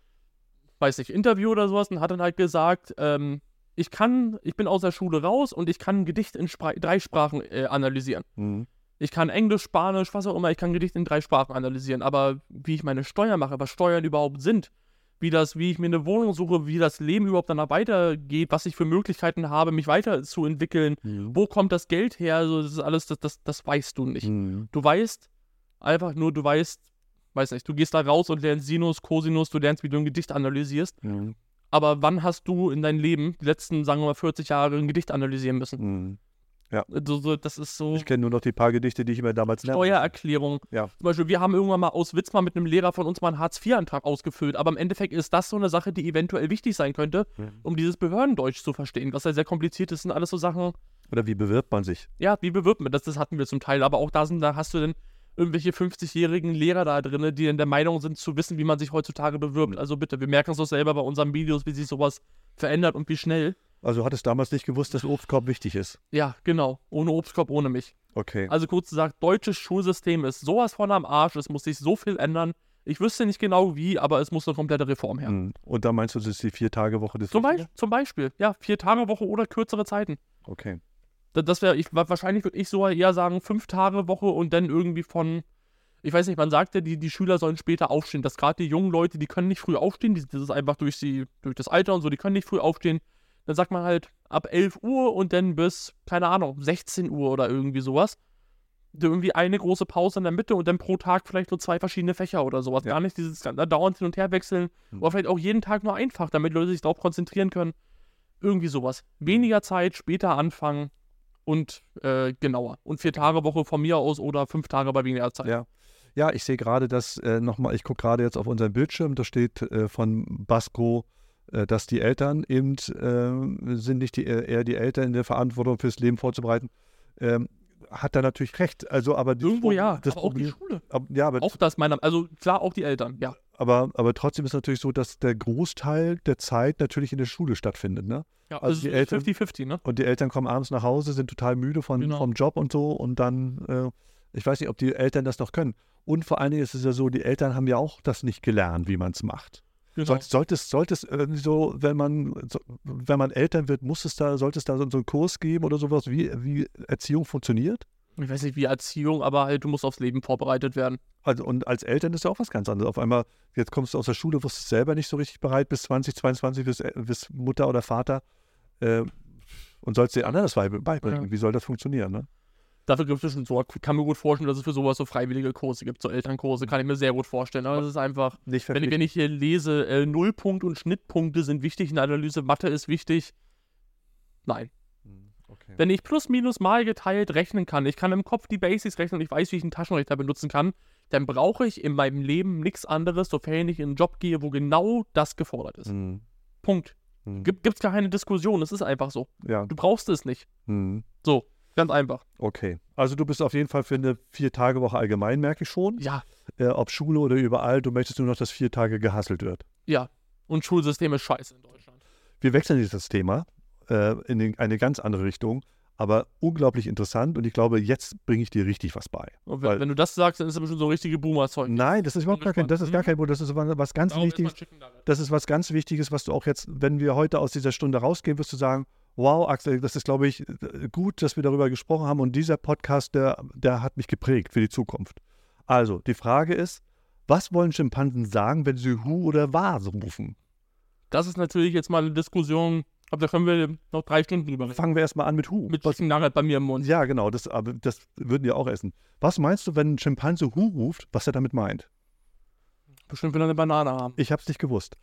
Interview oder sowas und hat dann halt gesagt, ich bin aus der Schule raus und ich kann ein Gedicht in 3 Sprachen analysieren. Ich kann Englisch, Spanisch, was auch immer, ich kann Gedichte in 3 Sprachen analysieren, aber wie ich meine Steuern mache, was Steuern überhaupt sind, wie ich mir eine Wohnung suche, wie das Leben überhaupt danach weitergeht, was ich für Möglichkeiten habe, mich weiterzuentwickeln, wo kommt das Geld her, also das ist alles, das weißt du nicht. Du weißt einfach nur, weiß nicht, du gehst da raus und lernst Sinus, Cosinus, du lernst, wie du ein Gedicht analysierst, aber wann hast du in deinem Leben die letzten, sagen wir mal, 40 Jahre ein Gedicht analysieren müssen? Ja. Das ist so. Ich kenne nur noch die paar Gedichte, die ich mir damals lernte. Steuererklärung. Ja. Zum Beispiel, wir haben irgendwann mal aus Witz mal mit einem Lehrer von uns mal einen Hartz-IV-Antrag ausgefüllt, aber im Endeffekt ist das so eine Sache, die eventuell wichtig sein könnte, um dieses Behördendeutsch zu verstehen, was ja sehr kompliziert ist, sind alles so Sachen. Oder wie bewirbt man sich? Ja, wie bewirbt man das? Das hatten wir zum Teil, aber auch da hast du dann irgendwelche 50-jährigen Lehrer da drin, die in der Meinung sind, zu wissen, wie man sich heutzutage bewirbt. Also bitte, wir merken es doch selber bei unseren Videos, wie sich sowas verändert und wie schnell. Also du hattest damals nicht gewusst, dass Obstkorb wichtig ist? Ja, genau. Ohne Obstkorb, ohne mich. Okay. Also kurz gesagt, deutsches Schulsystem ist sowas von am Arsch, es muss sich so viel ändern. Ich wüsste nicht genau wie, aber es muss eine komplette Reform her. Und da meinst du, das ist die 4-Tage-Woche des Zum Beispiel, ja, 4-Tage-Woche oder kürzere Zeiten. Okay. Wahrscheinlich würde ich sogar eher sagen 5-Tage-Woche und dann irgendwie ich weiß nicht, man sagt ja, die Schüler sollen später aufstehen, dass gerade die jungen Leute, die können nicht früh aufstehen, das ist einfach durch das Alter und so, die können nicht früh aufstehen. Dann sagt man halt ab 11 Uhr und dann bis, keine Ahnung, 16 Uhr oder irgendwie sowas. Irgendwie eine große Pause in der Mitte und dann pro Tag vielleicht nur 2 verschiedene Fächer oder sowas. Ja. Gar nicht dieses dauernd hin und her wechseln. Oder vielleicht auch jeden Tag nur einfach, damit Leute sich darauf konzentrieren können. Irgendwie sowas. Weniger Zeit, später anfangen und genauer. Und 4-Tage-Woche von mir aus oder 5 Tage bei weniger Zeit. Ja. Ja, ich sehe gerade, dass nochmal, ich gucke gerade jetzt auf unseren Bildschirm, da steht von Basco, dass die Eltern eben sind nicht eher die Eltern in der Verantwortung fürs Leben vorzubereiten. Hat er natürlich recht. Also, aber Irgendwo ja, das aber auch die Problem, Schule. ja, aber Auch das meiner, also klar, auch die Eltern, ja. aber trotzdem ist natürlich so, dass der Großteil der Zeit natürlich in der Schule stattfindet, ne? Ja, Also die Eltern- 50-50, ne? Und die Eltern kommen abends nach Hause, sind total müde Genau. vom Job und so und dann, ich weiß nicht, ob die Eltern das noch können. Und vor allen Dingen ist es ja so, die Eltern haben ja auch das nicht gelernt, wie man es macht. Genau. Sollte es irgendwie so, wenn man Eltern wird, sollte es da so einen Kurs geben oder sowas, wie Erziehung funktioniert? Ich weiß nicht, wie Erziehung, aber halt, du musst aufs Leben vorbereitet werden. Also, und als Eltern ist ja auch was ganz anderes. Auf einmal, jetzt kommst du aus der Schule, wirst du selber nicht so richtig bereit, bis 2022 bist Mutter oder Vater und sollst dir anderen das beibringen. Ja. Wie soll das funktionieren, ne? Dafür gibt es schon so, kann mir gut vorstellen, dass es für sowas so freiwillige Kurse gibt, so Elternkurse, kann ich mir sehr gut vorstellen. Aber das ist einfach, Nicht wenn ich hier lese, Nullpunkt- und Schnittpunkte sind wichtig in der Analyse, Mathe ist wichtig. Nein. Okay. Wenn ich plus minus mal geteilt rechnen kann, ich kann im Kopf die Basics rechnen und ich weiß, wie ich einen Taschenrechner benutzen kann, dann brauche ich in meinem Leben nichts anderes, sofern ich in einen Job gehe, wo genau das gefordert ist. Mhm. Punkt. Mhm. Gibt's gar keine Diskussion, es ist einfach so. Ja. Du brauchst es nicht. Mhm. So, ganz einfach. Okay. Also du bist auf jeden Fall für eine 4-Tage-Woche allgemein, merke ich schon. Ja, Ob Schule oder überall, du möchtest nur noch, dass 4 Tage gehasselt wird. ja. Und Schulsystem ist scheiße in Deutschland. Wir wechseln jetzt das Thema in eine ganz andere Richtung, aber unglaublich interessant und ich glaube, jetzt bringe ich dir richtig was bei. Und Weil- wenn du das sagst, dann ist das bestimmt so richtige Boomer-Zeug. Nein, das ist überhaupt gar kein, das ist gar kein Problem, das ist was ganz Darum ist Wichtiges. man Chicken Nugget. Das ist was ganz Wichtiges, was du auch jetzt, wenn wir heute aus dieser Stunde rausgehen, wirst du sagen, wow, Axel, das ist, glaube ich, gut, dass wir darüber gesprochen haben und dieser Podcast, der hat mich geprägt für die Zukunft. Also, die Frage ist, was wollen Schimpansen sagen, wenn sie Hu oder Wa rufen? Das ist natürlich jetzt mal eine Diskussion, aber da können wir noch 3 Stunden drüber reden. Fangen wir erstmal an mit Hu. Mit Chicken Nugget bei mir im Mund. Ja, genau, aber das würden die auch essen. Was meinst du, wenn ein Schimpanse Hu ruft, was er damit meint? Bestimmt will er eine Banane haben. Ich hab's nicht gewusst.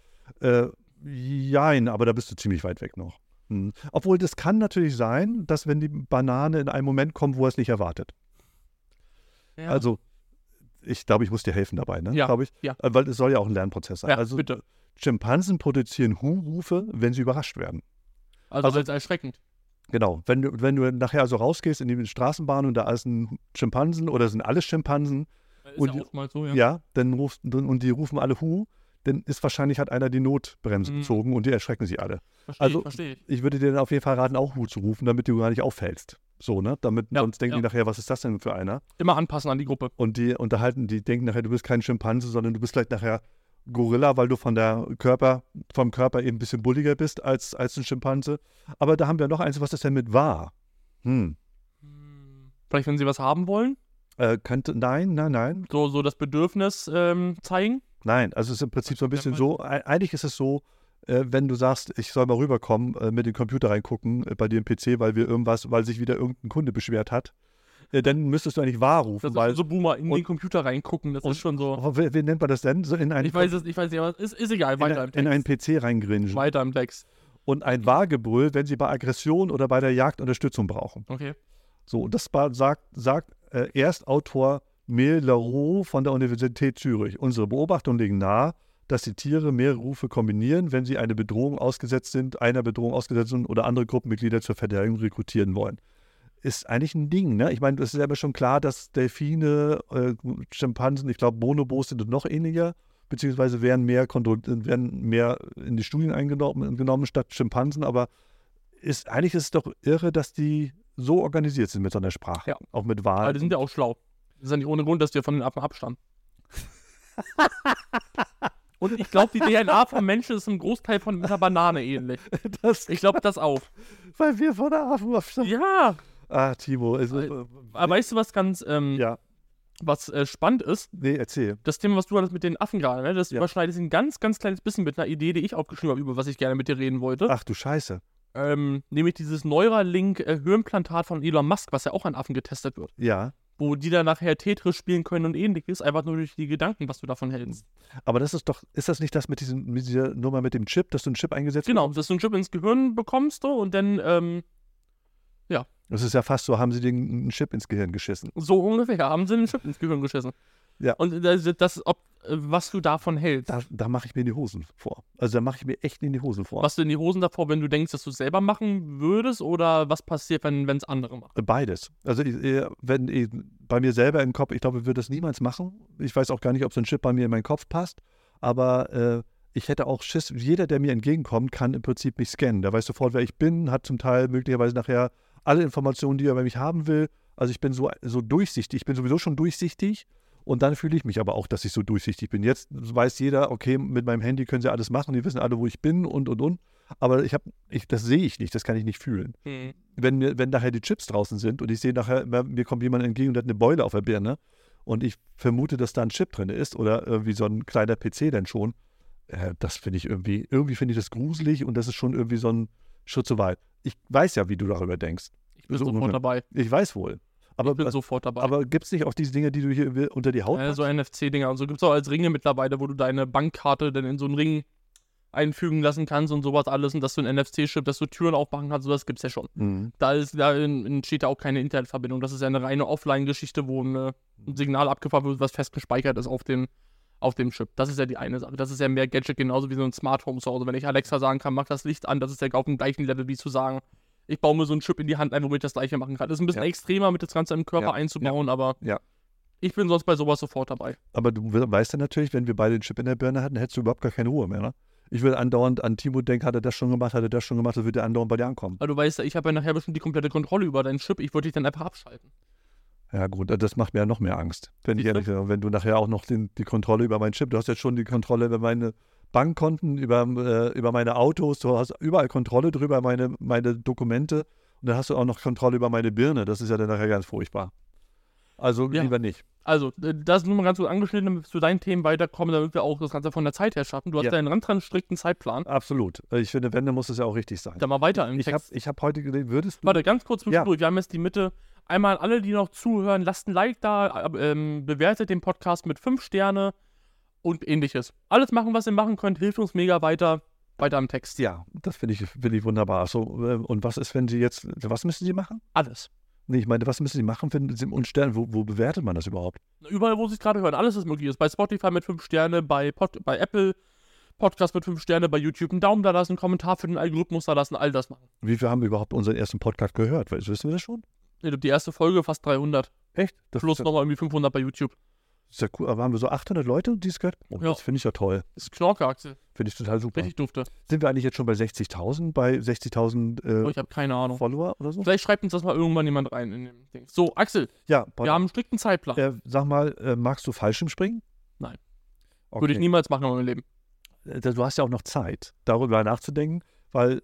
Jein, aber da bist du ziemlich weit weg noch. Obwohl, das kann natürlich sein, dass wenn die Banane in einen Moment kommt, wo er es nicht erwartet. Ja. Also, ich glaube, ich muss dir helfen dabei, ne? Ja, Glaube ich. ja. Weil es soll ja auch ein Lernprozess sein. Ja, Also, bitte. Schimpansen produzieren Hu-Rufe, wenn sie überrascht werden. Also als erschreckend. Genau. Wenn du nachher also rausgehst in die Straßenbahn und da ist ein Schimpansen oder sind alles Schimpansen, Ist Und- ja oftmals so, ja. ja, und die rufen alle Hu, dann ist wahrscheinlich hat einer die Notbremse Mhm. gezogen und die erschrecken sich alle. Verstehe also- ich. Ich würde dir dann auf jeden Fall raten, auch Hu zu rufen, damit du gar nicht auffällst. So, ne? Ja, Sonst denken die ja. nachher, was ist das denn für einer? Immer anpassen an die Gruppe. Und die denken nachher, du bist kein Schimpanse, sondern du bist vielleicht nachher Gorilla, weil du vom Körper eben ein bisschen bulliger bist als ein Schimpanse. Aber da haben wir noch eins, was ist denn mit Wa? Vielleicht, wenn sie was haben wollen, Nein. so das Bedürfnis zeigen. Nein, also es ist im Prinzip so ein bisschen so, eigentlich ist es so, wenn du sagst, ich soll mal rüberkommen, mit dem Computer reingucken, bei dir im PC, weil sich wieder irgendein Kunde beschwert hat, dann müsstest du eigentlich wahr rufen, Das weil, ist so Boomer in und- den Computer reingucken, das ist schon so. wie nennt man das denn? So in einen, Ich weiß nicht, aber es ist egal, weiter im in einen Text. PC reingrinsen. Weiter im Text. Und ein Wahrgebrüll, wenn sie bei Aggression oder bei der Jagd Unterstützung brauchen. Okay. So, und das sagt Erstautor Mel Leroux von der Universität Zürich. Unsere Beobachtungen legen nahe, dass die Tiere mehrere Rufe kombinieren, wenn sie einer Bedrohung ausgesetzt sind oder andere Gruppenmitglieder zur Verteidigung rekrutieren wollen. Ist eigentlich ein Ding, ne? Ich meine, es ist ja immer schon klar, dass Delfine, Schimpansen, ich glaube Bonobos sind noch ähnlicher, beziehungsweise werden mehr in die Studien genommen statt Schimpansen, aber eigentlich ist es doch irre, dass die so organisiert sind mit so einer Sprache. Ja. Auch mit Aber Wahlen. die sind ja auch schlau. Das ist ja nicht ohne Grund, dass die von den Affen abstammen. Und ich glaube, die DNA vom Menschen ist im Großteil von einer Banane ähnlich. Ich glaube das auch. Weil wir von der Affen abstammen. Ja. Timo. Aber weißt du, was ganz Ja. was spannend ist? Nee, erzähl. Das Thema, was du hattest mit den Affen gerade, ne? Das Ja. überschneidet sich ein ganz, ganz kleines bisschen mit einer Idee, die ich aufgeschrieben habe, über was ich gerne mit dir reden wollte. Ach du Scheiße. Nämlich dieses Neuralink-Hirnplantat von Elon Musk, was ja auch an Affen getestet wird. Ja. Wo die dann nachher Tetris spielen können und ähnliches, einfach nur durch die Gedanken, was du davon hältst. Aber das ist doch, ist das nicht das mit dieser Nummer mit dem Chip, dass du einen Chip eingesetzt hast? Genau, dass du einen Chip ins Gehirn bekommst und dann, Das ist ja fast so, haben sie den einen Chip ins Gehirn geschissen. so ungefähr, haben sie einen Chip ins Gehirn geschissen. Ja. Und was du davon hältst. Da mache ich mir die Hosen vor. Also da mache ich mir echt in die Hosen vor. Was du in die Hosen davor, wenn du denkst, dass du es selber machen würdest, oder was passiert, wenn es andere machen? Beides. Also bei mir selber im Kopf, ich glaube, ich würde das niemals machen. Ich weiß auch gar nicht, ob so ein Chip bei mir in meinen Kopf passt. Aber ich hätte auch Schiss, jeder, der mir entgegenkommt, kann im Prinzip mich scannen. Der weiß sofort, wer ich bin, hat zum Teil möglicherweise nachher alle Informationen, die er bei mich haben will. Also ich bin so durchsichtig. Ich bin sowieso schon durchsichtig. Und dann fühle ich mich aber auch, dass ich so durchsichtig bin. Jetzt weiß jeder, okay, mit meinem Handy können sie alles machen, die wissen alle, wo ich bin und. Aber das sehe ich nicht, das kann ich nicht fühlen. Mhm. Wenn nachher die Chips draußen sind und ich sehe nachher, mir kommt jemand entgegen und hat eine Beule auf der Birne und ich vermute, dass da ein Chip drin ist oder irgendwie so ein kleiner PC dann schon, das finde ich irgendwie finde ich das gruselig und das ist schon irgendwie so ein Schritt zu weit. Ich weiß ja, wie du darüber denkst. Ich bin So sofort ungefähr. dabei. Ich weiß wohl. Ich bin sofort dabei. Aber gibt es nicht auch diese Dinge, die du hier unter die Haut machst? So NFC-Dinger und so gibt es auch als Ringe mittlerweile, wo du deine Bankkarte dann in so einen Ring einfügen lassen kannst und sowas alles und dass du ein NFC-Chip, dass du Türen aufmachen kannst, sowas gibt es ja schon. Mhm. Da entsteht ja auch keine Internetverbindung. Das ist ja eine reine Offline-Geschichte, wo ein Signal abgefahren wird, was fest gespeichert ist auf dem Chip. Das ist ja die eine Sache. Das ist ja mehr Gadget, genauso wie so ein Smart Home zu Hause. Wenn ich Alexa sagen kann, mach das Licht an, das ist ja auf dem gleichen Level, wie zu sagen, ich baue mir so einen Chip in die Hand ein, womit ich das Gleiche machen kann. Das ist ein bisschen extremer, mit das Ganze im Körper einzubauen, aber ich bin sonst bei sowas sofort dabei. Aber du weißt ja natürlich, wenn wir beide den Chip in der Birne hatten, hättest du überhaupt gar keine Ruhe mehr, ne? Ich würde andauernd an Timo denken, hat er das schon gemacht, das würde er andauernd bei dir ankommen. Aber du weißt ja, ich habe ja nachher bestimmt die komplette Kontrolle über deinen Chip, ich würde dich dann einfach abschalten. Ja gut, das macht mir ja noch mehr Angst. Wenn du nachher auch noch die Kontrolle über meinen Chip, du hast jetzt schon die Kontrolle über meine Bankkonten, über meine Autos, du hast überall Kontrolle drüber, meine Dokumente und dann hast du auch noch Kontrolle über meine Birne. Das ist ja dann nachher ganz furchtbar. Also lieber nicht. Also, das ist nur mal ganz gut angeschnitten, damit wir zu deinen Themen weiterkommen, damit wir auch das Ganze von der Zeit her schaffen. Du hast einen ganz strikten Zeitplan. Absolut. Ich finde, wenn, dann muss es ja auch richtig sein. Dann mal weiter im Text. Ich habe heute gesehen, würdest du... Warte, ganz kurz zwischendurch. Wir haben jetzt die Mitte. Einmal alle, die noch zuhören, lasst ein Like da, bewertet den Podcast mit 5 Sterne und ähnliches. Alles machen, was ihr machen könnt, hilft uns mega weiter. Weiter im Text. Ja, das finde ich wunderbar. So, und was ist, wenn Sie jetzt... Was müssen Sie machen? Alles. Nee, ich meine, was müssen Sie machen, wenn Sie und Sterne? Wo bewertet man das überhaupt? Überall, wo Sie es gerade hören. Alles, was möglich ist. Bei Spotify mit 5 Sterne, bei Apple Podcast mit 5 Sterne, bei YouTube einen Daumen da lassen, einen Kommentar für den Algorithmus da lassen, all das machen. Wie viel haben wir überhaupt unseren ersten Podcast gehört? Wissen wir das schon? Die erste Folge fast 300. Echt? Plus nochmal irgendwie 500 bei YouTube. Das ist ja cool. Aber haben wir so 800 Leute, die es gehört? Oh, ja. Das finde ich ja toll. Das ist Knorke, Axel. Finde ich total super. Richtig dufte. Sind wir eigentlich jetzt schon bei 60.000? Bei 60.000 ich habe keine Ahnung. Follower oder so? Vielleicht schreibt uns das mal irgendwann jemand rein in dem Ding. So, Axel. Ja, wir haben einen strikten Zeitplan. Sag mal, magst du Fallschirmspringen? Nein. Okay. Würde ich niemals machen in meinem Leben. Du hast ja auch noch Zeit, darüber nachzudenken, weil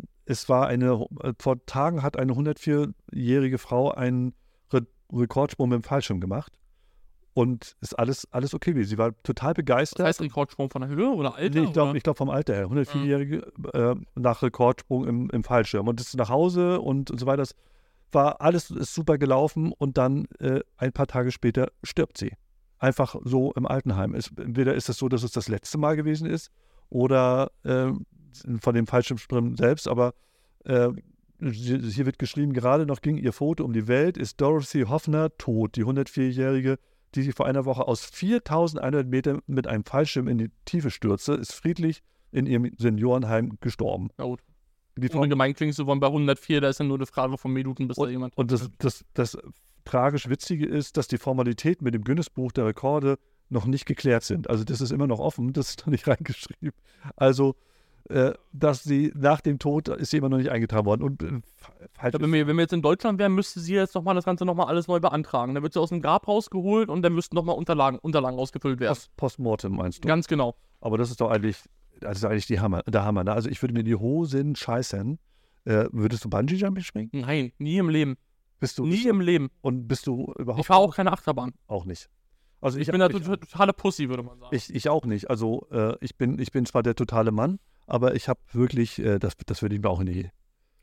vor Tagen hat eine 104-jährige Frau einen Rekordsprung mit dem Fallschirm gemacht. Und ist alles okay gewesen. Sie war total begeistert. Das heißt Rekordsprung von der Höhe oder Alter? Nee, ich glaube vom Alter her. 104-Jährige nach Rekordsprung im Fallschirm. Und ist nach Hause und so weiter. Das war alles ist super gelaufen und dann ein paar Tage später stirbt sie. Einfach so im Altenheim. Entweder ist es so, dass es das letzte Mal gewesen ist oder von dem Fallschirmspringen selbst, aber hier wird geschrieben, gerade noch ging ihr Foto um die Welt, ist Dorothy Hoffner tot, die 104-Jährige, die sich vor einer Woche aus 4.100 Metern mit einem Fallschirm in die Tiefe stürzte, ist friedlich in ihrem Seniorenheim gestorben. Na gut. Und gemein klingst du von bei 104, da ist ja nur eine Frage von Minuten, bis da jemand... Und das tragisch Witzige ist, dass die Formalitäten mit dem Guinness-Buch der Rekorde noch nicht geklärt sind. Also das ist immer noch offen, das ist noch nicht reingeschrieben. Also dass sie nach dem Tod ist sie immer noch nicht eingetragen worden. Und wenn wir jetzt in Deutschland wären, müsste sie jetzt das Ganze nochmal alles neu beantragen. Dann wird sie aus dem Grab rausgeholt und dann müssten nochmal Unterlagen ausgefüllt werden. Postmortem meinst du? Ganz genau. Aber das ist doch eigentlich der Hammer. Ne? Also ich würde mir die Hosen scheißen. Würdest du Bungee-Jumping springen? Nein, nie im Leben. Nie im Leben. Und bist du überhaupt... Ich fahre auch keine Achterbahn. Auch nicht. Also ich bin eine totale Pussy, würde man sagen. Ich auch nicht. Also ich bin zwar der totale Mann, aber ich habe wirklich, das würde ich mir auch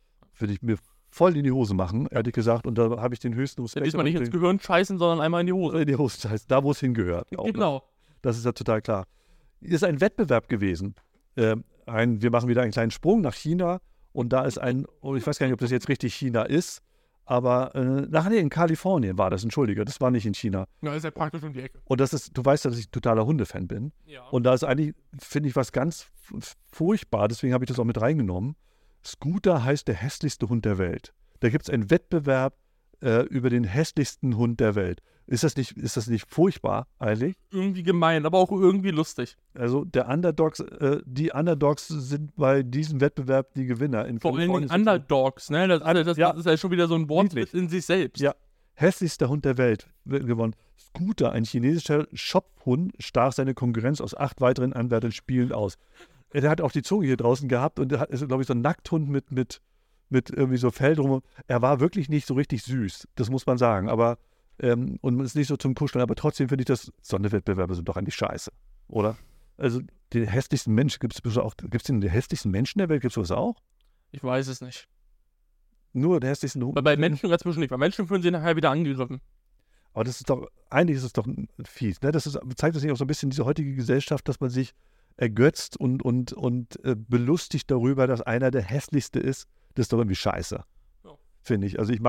würde ich mir voll in die Hose machen, ehrlich gesagt. Und da habe ich den höchsten Dann ist man nicht ins Gehirn scheißen, sondern einmal in die Hose. in die Hose scheißen, da wo es hingehört. Auch, ne? Genau. Das ist ja total klar. Ist ein Wettbewerb gewesen. Wir machen wieder einen kleinen Sprung nach China und da ist ich weiß gar nicht, ob das jetzt richtig China ist, aber in Kalifornien war das, entschuldige, das war nicht in China. Ja, ist ja praktisch um die Ecke. Und du weißt ja, dass ich totaler Hundefan bin. Ja. Und da ist eigentlich, finde ich, was ganz furchtbar, deswegen habe ich das auch mit reingenommen. Scooter heißt der hässlichste Hund der Welt. Da gibt es einen Wettbewerb über den hässlichsten Hund der Welt. Ist das nicht furchtbar eigentlich? Irgendwie gemein, aber auch irgendwie lustig. Also die Underdogs sind bei diesem Wettbewerb die Gewinner. Vor allen Dingen Underdogs, ne? Das ist ja schon wieder so ein Wort in sich selbst. Ja, hässlichster Hund der Welt wird gewonnen. Scooter, ein chinesischer Schopfhund, stach seine Konkurrenz aus 8 weiteren Anwärtern spielend aus. Der hat auch die Zunge hier draußen gehabt und der ist, glaube ich, so ein Nackthund mit irgendwie so Fell drum. Er war wirklich nicht so richtig süß, das muss man sagen. Aber und ist nicht so zum Kuscheln, aber trotzdem finde ich, Sonderwettbewerbe sind doch eigentlich scheiße, oder? Also den hässlichsten Menschen gibt es auch. Gibt es den hässlichsten Menschen der Welt? Gibt es das auch? Ich weiß es nicht. Nur der hässlichsten Hund? Bei Menschen ganz bestimmt nicht. Bei Menschen fühlen sie nachher wieder angegriffen. Aber eigentlich ist es doch fies. Ne? Zeigt das nicht auch so ein bisschen diese heutige Gesellschaft, dass man sich ergötzt und belustigt darüber, dass einer der hässlichste ist. Das ist doch irgendwie scheiße, finde ich. Also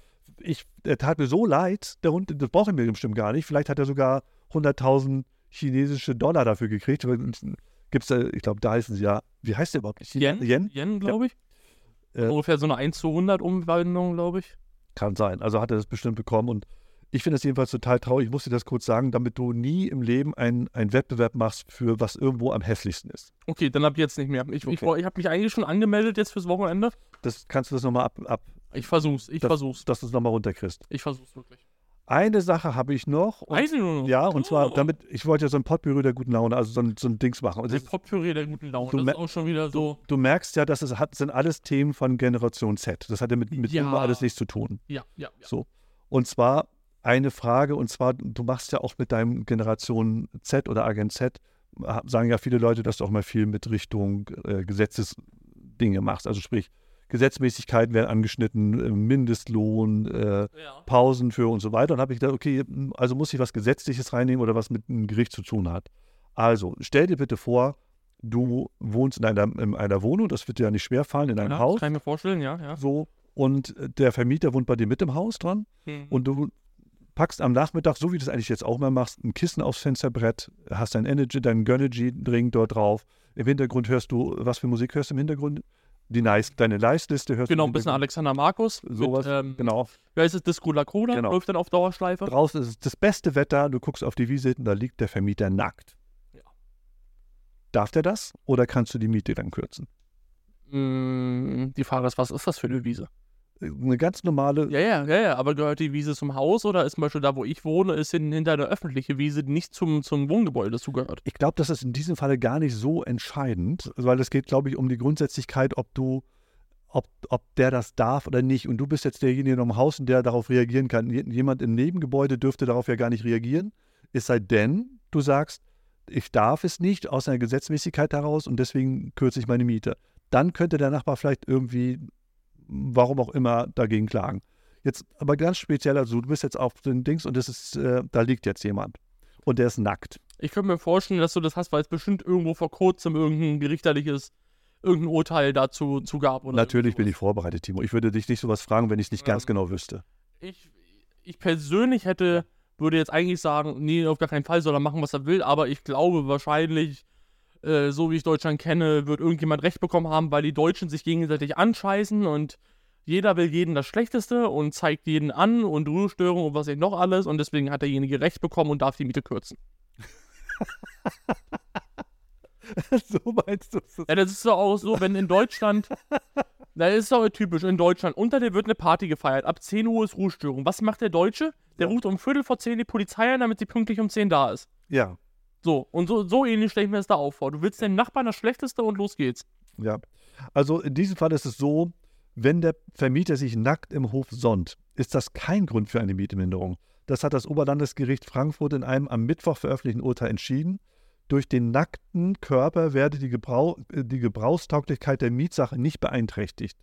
er tat mir so leid, der Hund, das braucht er mir bestimmt gar nicht. Vielleicht hat er sogar 100.000 chinesische Dollar dafür gekriegt. Gibt's da, ich glaube, da heißen sie ja, wie heißt der überhaupt? Yen, glaube ich. Ungefähr so eine 1:100 Umwandlung, glaube ich. Kann sein. Also hat er das bestimmt bekommen und ich finde das jedenfalls total traurig. Ich muss dir das kurz sagen, damit du nie im Leben einen Wettbewerb machst, für was irgendwo am hässlichsten ist. Okay, dann ab jetzt nicht mehr. Ich habe mich eigentlich schon angemeldet jetzt fürs Wochenende. Kannst du das nochmal ab. Ich versuch's. Dass du es nochmal runterkriegst. Ich versuch's wirklich. Eine Sache habe ich noch. Ja, und zwar, ich wollte ja so ein Potpourri der guten Laune, also so ein Dings machen. Ein Potpourri der guten Laune, das ist auch schon wieder so. Du merkst ja, dass sind alles Themen von Generation Z. Das hat ja mit immer alles nichts zu tun. Ja. So. Und zwar eine Frage, und zwar, du machst ja auch mit deinem Generation Z oder Agent Z, sagen ja viele Leute, dass du auch mal viel mit Richtung Gesetzesdinge machst. Also sprich, Gesetzmäßigkeiten werden angeschnitten, Mindestlohn, Pausen für und so weiter. Und habe ich gedacht, okay, also muss ich was Gesetzliches reinnehmen oder was mit einem Gericht zu tun hat. Also, stell dir bitte vor, du wohnst in einer Wohnung, das wird dir ja nicht schwerfallen, in einem Haus. Das kann ich mir vorstellen, ja. So, und der Vermieter wohnt bei dir mit im Haus dran und du packst am Nachmittag, so wie du das eigentlich jetzt auch mal machst, ein Kissen aufs Fensterbrett, hast deinen Gönnergy-Drink dort drauf. Im Hintergrund hörst du, was für Musik hörst du im Hintergrund? Deine Nice-Liste hörst du. Genau, ein bisschen Alexander Markus. Sowas, genau. Wie heißt es? Disco La Coda, genau. Läuft dann auf Dauerschleife. Draußen ist das beste Wetter, du guckst auf die Wiese hinten, da liegt der Vermieter nackt. Ja. Darf der das oder kannst du die Miete dann kürzen? Die Frage ist, was ist das für eine Wiese? Eine ganz normale. Ja, aber gehört die Wiese zum Haus oder ist zum Beispiel da, wo ich wohne, ist hinter eine öffentliche Wiese, die nicht zum Wohngebäude dazugehört? Ich glaube, das ist in diesem Falle gar nicht so entscheidend, weil es geht, glaube ich, um die Grundsätzlichkeit, ob der das darf oder nicht. Und du bist jetzt derjenige im Haus, der darauf reagieren kann. Jemand im Nebengebäude dürfte darauf ja gar nicht reagieren, es sei denn, du sagst, ich darf es nicht aus einer Gesetzmäßigkeit heraus und deswegen kürze ich meine Miete. Dann könnte der Nachbar vielleicht irgendwie, warum auch immer, dagegen klagen. Jetzt aber ganz speziell, also du bist jetzt auf den Dings und da liegt jetzt jemand und der ist nackt. Ich könnte mir vorstellen, dass du das hast, weil es bestimmt irgendwo vor kurzem irgendein Urteil dazu gab. Oder natürlich bin ich vorbereitet, Timo. Ich würde dich nicht sowas fragen, wenn ich es nicht ganz genau wüsste. Ich persönlich würde jetzt eigentlich sagen, nee, auf gar keinen Fall soll er machen, was er will, aber ich glaube wahrscheinlich, so wie ich Deutschland kenne, wird irgendjemand Recht bekommen haben, weil die Deutschen sich gegenseitig anscheißen und jeder will jeden das Schlechteste und zeigt jeden an und Ruhestörung und was nicht noch alles und deswegen hat derjenige Recht bekommen und darf die Miete kürzen. So meinst du es? Ja, das ist doch auch so, wenn in Deutschland, das ist doch typisch, in Deutschland, unter dir wird eine Party gefeiert, ab 10 Uhr ist Ruhestörung. Was macht der Deutsche? Der ruft um 10:15 die Polizei an, damit sie pünktlich um 10 da ist. Ja. So, und so ähnlich stelle ich mir das da auch vor. Du willst den Nachbarn das Schlechteste und los geht's. Ja, also in diesem Fall ist es so, wenn der Vermieter sich nackt im Hof sonnt, ist das kein Grund für eine Mietminderung. Das hat das Oberlandesgericht Frankfurt in einem am Mittwoch veröffentlichten Urteil entschieden. Durch den nackten Körper werde die Gebrauchstauglichkeit der Mietsache nicht beeinträchtigt.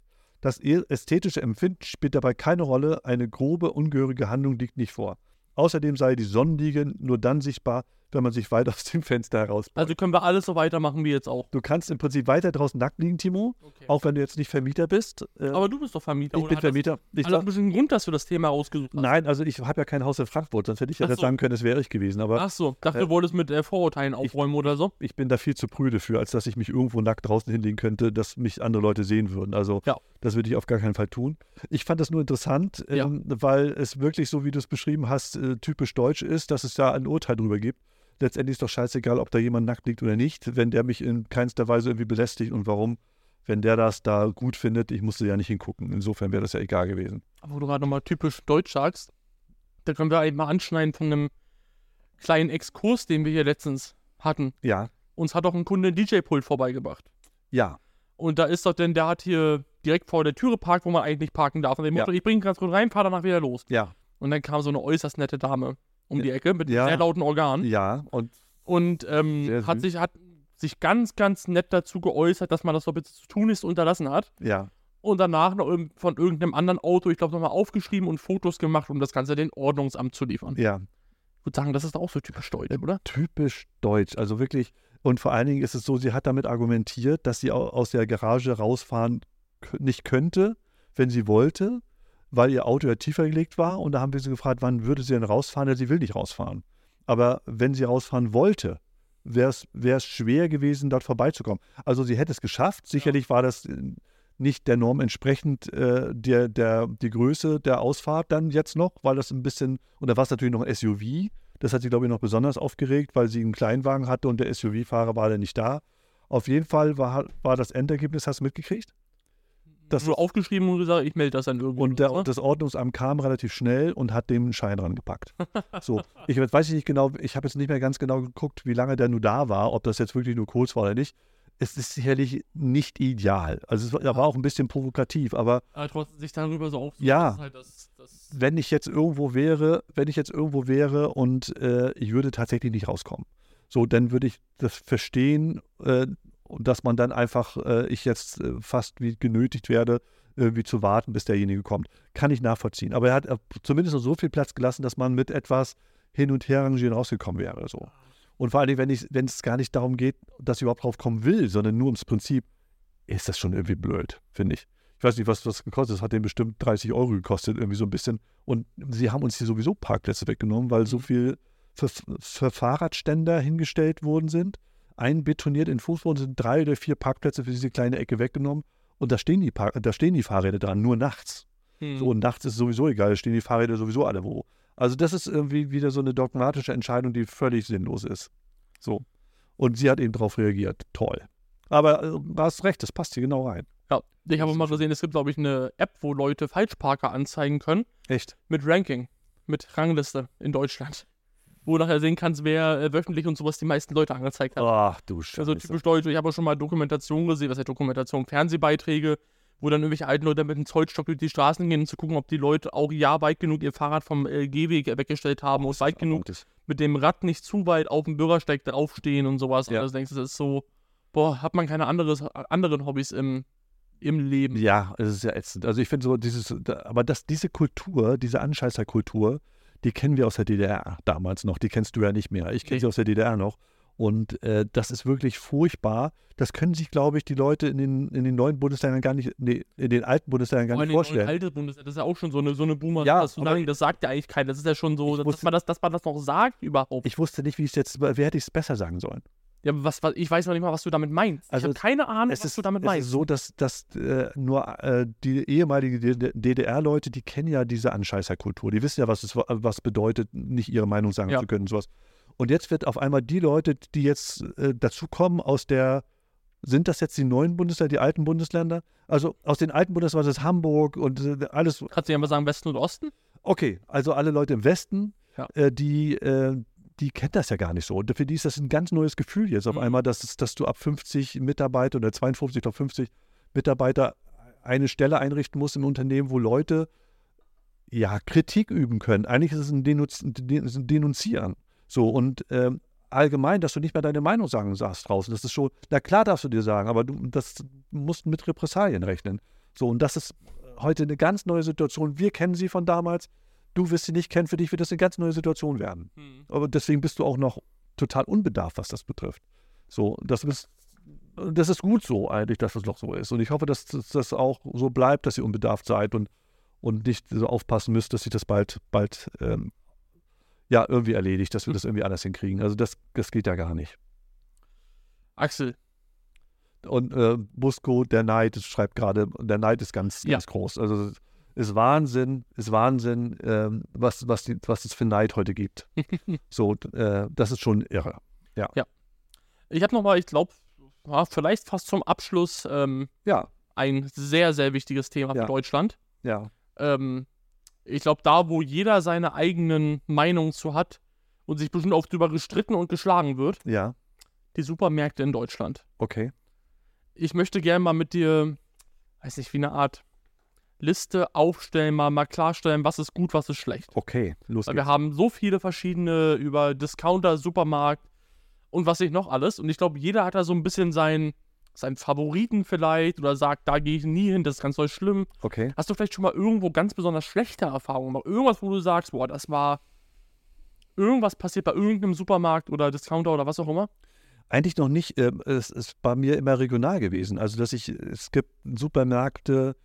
Das ästhetische Empfinden spielt dabei keine Rolle, eine grobe, ungehörige Handlung liegt nicht vor. Außerdem sei die Sonnenliege nur dann sichtbar, wenn man sich weit aus dem Fenster herausbeugt. Also können wir alles so weitermachen wie jetzt auch. Du kannst im Prinzip weiter draußen nackt liegen, Timo, Okay. auch wenn du jetzt nicht Vermieter bist. Aber du bist doch Vermieter. Ich oder bin hat das- Vermieter. Ich Also ein bisschen Grund, dass du das Thema ausgesucht hast. nein, also ich habe ja kein Haus in Frankfurt, sonst hätte ich ja Ach das so. sagen können, es wäre ich gewesen. Aber Ach so, dachte, du wolltest mit Vorurteilen aufräumen oder so. ich bin da viel zu prüde für, als dass ich mich irgendwo nackt draußen hinlegen könnte, dass mich andere Leute sehen würden. Also Ja. das würde ich auf gar keinen Fall tun. Ich fand das nur interessant, Ja. weil es wirklich, so wie du es beschrieben hast, typisch deutsch ist, dass es da ein Urteil drüber gibt. Letztendlich ist doch scheißegal, ob da jemand nackt liegt oder nicht, wenn der mich in keinster Weise irgendwie belästigt und warum. Wenn der das da gut findet, ich musste ja nicht hingucken. Insofern wäre das ja egal gewesen. Aber wo du gerade nochmal typisch deutsch sagst, da können wir eigentlich mal anschneiden von einem kleinen Exkurs, den wir hier letztens hatten. Ja, Uns hat doch ein Kunde ein DJ-Pult vorbeigebracht. ja, Und da ist doch denn, der hat hier direkt vor der Tür geparkt, wo man eigentlich nicht parken darf. Und dem Motto, ich bringe ganz kurz rein, fahr danach wieder los. ja, Und dann kam so eine äußerst nette Dame um die Ecke mit Ja. sehr lauten Organen. ja. Und Und Sehr hat süß. sich ganz, ganz nett dazu geäußert, dass man das doch bitte zu tun ist, unterlassen hat. ja, Und danach noch von irgendeinem anderen Auto, ich glaube, nochmal aufgeschrieben und Fotos gemacht, um das Ganze den Ordnungsamt zu liefern. ja. Ich würde sagen, das ist auch so typisch deutsch, oder? Typisch deutsch. Also wirklich. Und vor allen Dingen ist es so, sie hat damit argumentiert, dass sie aus der Garage rausfahren nicht könnte, wenn sie wollte, weil ihr Auto ja tiefer gelegt war. Und da haben wir sie gefragt, wann würde sie denn rausfahren? Ja, sie will nicht rausfahren. Aber wenn sie rausfahren wollte, wäre es schwer gewesen, dort vorbeizukommen. Also sie hätte es geschafft. Sicherlich war das nicht der Norm entsprechend die Größe der Ausfahrt dann jetzt noch, weil das ein bisschen, und da war es natürlich noch ein SUV. Das hat sie, glaube ich, noch besonders aufgeregt, weil sie einen Kleinwagen hatte und der SUV-Fahrer war dann nicht da. Auf jeden Fall war das Endergebnis, hast du mitgekriegt? Das, Nur aufgeschrieben und gesagt, ich melde das dann irgendwo. und das Ordnungsamt kam relativ schnell und hat dem einen Schein rangepackt. So, weiß ich nicht genau, ich habe jetzt nicht mehr ganz genau geguckt, wie lange der nur da war, ob das jetzt wirklich nur kurz war oder nicht. Es ist sicherlich nicht ideal. Also es war auch ein bisschen provokativ, aber Aber trotzdem sich darüber so aufzunehmen, Ja. ist halt das wenn ich jetzt irgendwo wäre und ich würde tatsächlich nicht rauskommen, so, dann würde ich das verstehen, dass man dann einfach, ich jetzt fast wie genötigt werde, irgendwie zu warten, bis derjenige kommt. Kann ich nachvollziehen. Aber er hat zumindest noch so viel Platz gelassen, dass man mit etwas hin und her rangieren rausgekommen wäre. So. Und vor allem, wenn es gar nicht darum geht, dass ich überhaupt drauf kommen will, sondern nur ums Prinzip, ist das schon irgendwie blöd, finde ich. Ich weiß nicht, was das gekostet hat. Es hat den bestimmt 30 Euro gekostet, irgendwie so ein bisschen. Und sie haben uns hier sowieso Parkplätze weggenommen, weil so viel für Fahrradständer hingestellt worden sind. Einbetoniert in Fußboden sind 3 oder 4 Parkplätze für diese kleine Ecke weggenommen. Und da stehen die Fahrräder dran, nur nachts. So, und nachts ist sowieso egal, da stehen die Fahrräder sowieso alle wo. Also das ist irgendwie wieder so eine dogmatische Entscheidung, die völlig sinnlos ist. So. Und sie hat eben darauf reagiert. Toll. Aber du hast recht, das passt hier genau rein. Ja, ich habe mal gesehen, es gibt, glaube ich, eine App, wo Leute Falschparker anzeigen können. Echt? Mit Ranking, mit Rangliste in Deutschland. Wo du nachher sehen kannst, wer wöchentlich und sowas die meisten Leute angezeigt hat. Ach du Scheiße. Also typisch deutsch. Ich habe auch schon mal Dokumentation gesehen, was heißt Dokumentation? Fernsehbeiträge, wo dann irgendwelche alten Leute mit einem Zollstock durch die Straßen gehen, um zu gucken, ob die Leute auch weit genug ihr Fahrrad vom Gehweg weggestellt haben und weit genug mit dem Rad nicht zu weit auf dem Bürgersteig draufstehen und sowas. Ja. Und du denkst, das ist so, hat man keine anderen Hobbys im Leben. Ja, es ist ja ätzend. Also ich finde so diese Kultur, diese Anscheißerkultur, die kennen wir aus der DDR damals noch. Die kennst du ja nicht mehr. Ich kenne sie aus der DDR noch. Und das ist wirklich furchtbar. Das können sich, glaube ich, die Leute in den neuen Bundesländern gar nicht, in den alten Bundesländern gar nicht vorstellen. Alte Bundesländer, das ist ja auch schon so eine Boomer, Ja, das sagt ja eigentlich keiner. Das ist ja schon so, dass man das noch sagt überhaupt. Ich wusste nicht, wer hätte ich es besser sagen sollen. Ja, ich weiß noch nicht mal, was du damit meinst. Also ich habe keine Ahnung, was du damit meinst. Es ist so, dass nur die ehemaligen DDR-Leute, die kennen ja diese Anscheißerkultur. Die wissen ja, was bedeutet, nicht ihre Meinung sagen zu können und sowas. Und jetzt wird auf einmal die Leute, die jetzt dazukommen sind das jetzt die neuen Bundesländer, die alten Bundesländer? Also aus den alten Bundesländern ist Hamburg und alles. Kannst du ja mal sagen, Westen und Osten? Okay, also alle Leute im Westen, Ja. die kennen das ja gar nicht so. Und für die ist das ein ganz neues Gefühl jetzt auf einmal, dass du ab 50 Mitarbeiter oder 52, glaube 50 Mitarbeiter eine Stelle einrichten musst im Unternehmen, wo Leute Kritik üben können. Eigentlich ist es ein Denunzieren. So, und allgemein, dass du nicht mehr deine Meinung sagen darfst draußen. Das ist schon, na klar darfst du dir sagen, aber das musst mit Repressalien rechnen. So, und das ist heute eine ganz neue Situation. Wir kennen sie von damals. Du wirst sie nicht kennen. Für dich wird das eine ganz neue Situation werden. Aber deswegen bist du auch noch total unbedarft, was das betrifft. So, das ist gut so eigentlich, dass es noch so ist. Und ich hoffe, dass das auch so bleibt, dass ihr unbedarft seid und nicht so aufpassen müsst, dass sich das bald irgendwie erledigt, dass wir das irgendwie anders hinkriegen. Also das geht ja gar nicht. Axel. Und Busko, der Neid, schreibt gerade, der Neid ist ganz groß. Also ist Wahnsinn, was es für Neid heute gibt. So, das ist schon irre. Ja. Ich habe nochmal, ich glaube, vielleicht fast zum Abschluss ein sehr, sehr wichtiges Thema für Deutschland. Ja. Ich glaube, da, wo jeder seine eigenen Meinungen zu hat und sich bestimmt auch drüber gestritten und geschlagen wird, die Supermärkte in Deutschland. Okay. Ich möchte gerne mal mit dir, weiß nicht, wie eine Art Liste aufstellen, mal klarstellen, was ist gut, was ist schlecht. Okay, los Weil geht's. wir haben so viele verschiedene über Discounter, Supermarkt und was nicht noch alles. Und ich glaube, jeder hat da so ein bisschen seinen Favoriten vielleicht oder sagt, da gehe ich nie hin, das ist ganz doll schlimm. Okay. Hast du vielleicht schon mal irgendwo ganz besonders schlechte Erfahrungen gemacht? Irgendwas, wo du sagst, boah, das war irgendwas passiert bei irgendeinem Supermarkt oder Discounter oder was auch immer? Eigentlich noch nicht. Es ist bei mir immer regional gewesen. Also, es gibt Supermärkte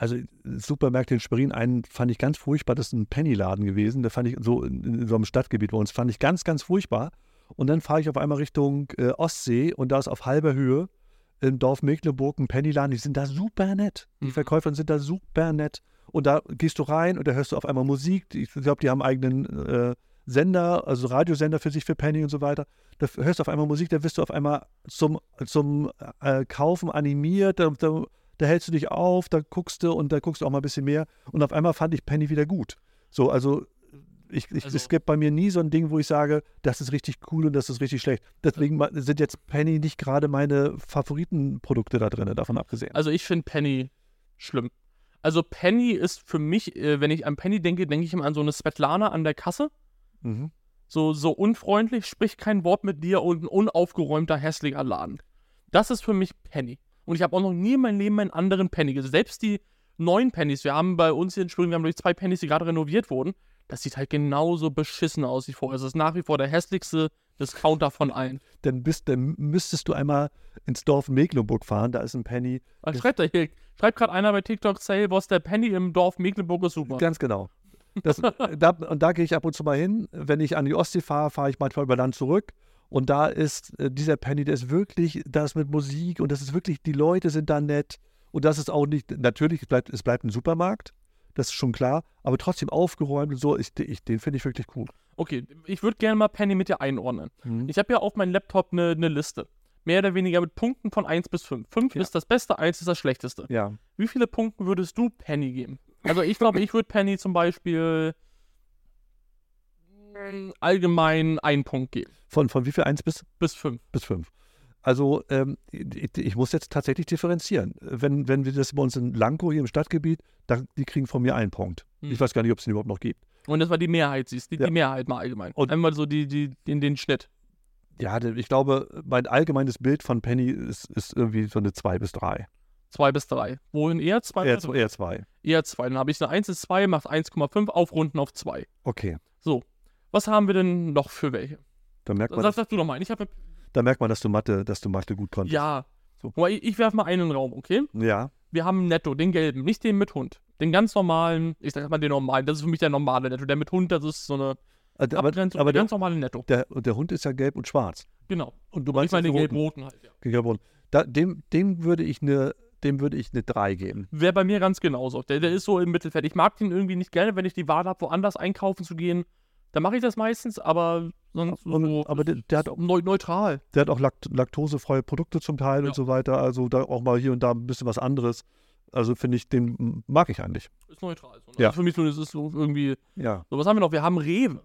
in Schwerin, einen fand ich ganz furchtbar, das ist ein Pennyladen gewesen. Da fand ich so in so einem Stadtgebiet bei uns, fand ich ganz, ganz furchtbar. Und dann fahre ich auf einmal Richtung Ostsee und da ist auf halber Höhe im Dorf Mecklenburg ein Pennyladen, die sind da super nett. Die Verkäufer sind da super nett. Und da gehst du rein und da hörst du auf einmal Musik. Ich glaube, die haben einen eigenen Sender, also Radiosender für sich, für Penny und so weiter. Da hörst du auf einmal Musik, da wirst du auf einmal zum Kaufen animiert, da hältst du dich auf, da guckst du auch mal ein bisschen mehr. Und auf einmal fand ich Penny wieder gut. So, also es gibt bei mir nie so ein Ding, wo ich sage, das ist richtig cool und das ist richtig schlecht. Deswegen sind jetzt Penny nicht gerade meine Favoritenprodukte da drin, davon abgesehen. Also ich finde Penny schlimm. Also Penny ist für mich, wenn ich an Penny denke, denke ich immer an so eine Svetlana an der Kasse. Mhm. So unfreundlich, spricht kein Wort mit dir und ein unaufgeräumter, hässlicher Laden. Das ist für mich Penny. Und ich habe auch noch nie in meinem Leben einen anderen Penny gesehen. Selbst die neuen Pennies, wir haben bei uns hier in Schwerin, wir haben durch 2 Pennies, die gerade renoviert wurden, das sieht halt genauso beschissen aus wie vorher. Es ist nach wie vor der hässlichste Discounter von allen. Dann müsstest du einmal ins Dorf Mecklenburg fahren, da ist ein Penny. Schreibt gerade einer bei TikTok, Sale, was der Penny im Dorf Mecklenburg ist super. Ganz genau. Da gehe ich ab und zu mal hin. Wenn ich an die Ostsee fahre, fahre ich manchmal über Land zurück. Und da ist dieser Penny, der ist wirklich, da ist mit Musik und das ist wirklich, die Leute sind da nett. Und das ist auch nicht, natürlich, es bleibt ein Supermarkt, das ist schon klar, aber trotzdem aufgeräumt und so, den finde ich wirklich cool. Okay, ich würde gerne mal Penny mit dir einordnen. Ich habe ja auf meinem Laptop eine Liste. Mehr oder weniger mit Punkten von 1 bis 5. 5 ist das Beste, 1 ist das Schlechteste. Ja. Wie viele Punkte würdest du Penny geben? Also ich glaube, ich würde Penny zum Beispiel allgemein 1 Punkt geben. Von wie viel? 1 bis? Bis 5. Bis 5. Also ich muss jetzt tatsächlich differenzieren. Wenn wir das bei uns in Lankow hier im Stadtgebiet, die kriegen von mir 1 Punkt. Ich weiß gar nicht, ob es den überhaupt noch gibt. Und das war die Mehrheit, siehst du? Die Mehrheit mal allgemein. Und einmal so in den Schnitt. Ja, ich glaube, mein allgemeines Bild von Penny ist irgendwie so eine 2 bis 3. 2 bis 3. Wohin eher 2? Eher 2. Eher 2. Dann habe ich eine 1 ist 2, macht 1,5, aufrunden auf 2. Okay. So. Was haben wir denn noch für welche? Da merkt man, Sag du doch mal. da merkt man, dass du Mathe gut konntest. Ja. So. Ich werfe mal einen in den Raum, okay? Ja. Wir haben Netto, den gelben, nicht den mit Hund. Den ganz normalen, ich sag mal den normalen, das ist für mich der normale Netto. Der mit Hund, das ist so eine Abgrenzung, aber der ganz normale Netto. Der Hund ist ja gelb und schwarz. Genau. Und du meinst ich meine den gelb-roten halt, ja. Gelb-roten. Dem würde ich eine 3 geben. Wäre bei mir ganz genauso. Der ist so im Mittelfeld. Ich mag den irgendwie nicht gerne, wenn ich die Wahl habe, woanders einkaufen zu gehen. Dann mache ich das meistens, aber sonst aber der hat auch, neutral. Der hat auch laktosefreie Produkte zum Teil und so weiter. Also da auch mal hier und da ein bisschen was anderes. Also finde ich, den mag ich eigentlich. Ist neutral. So, ne? Ja. Also für mich ist es so irgendwie. Ja. So, was haben wir noch? Wir haben Rewe.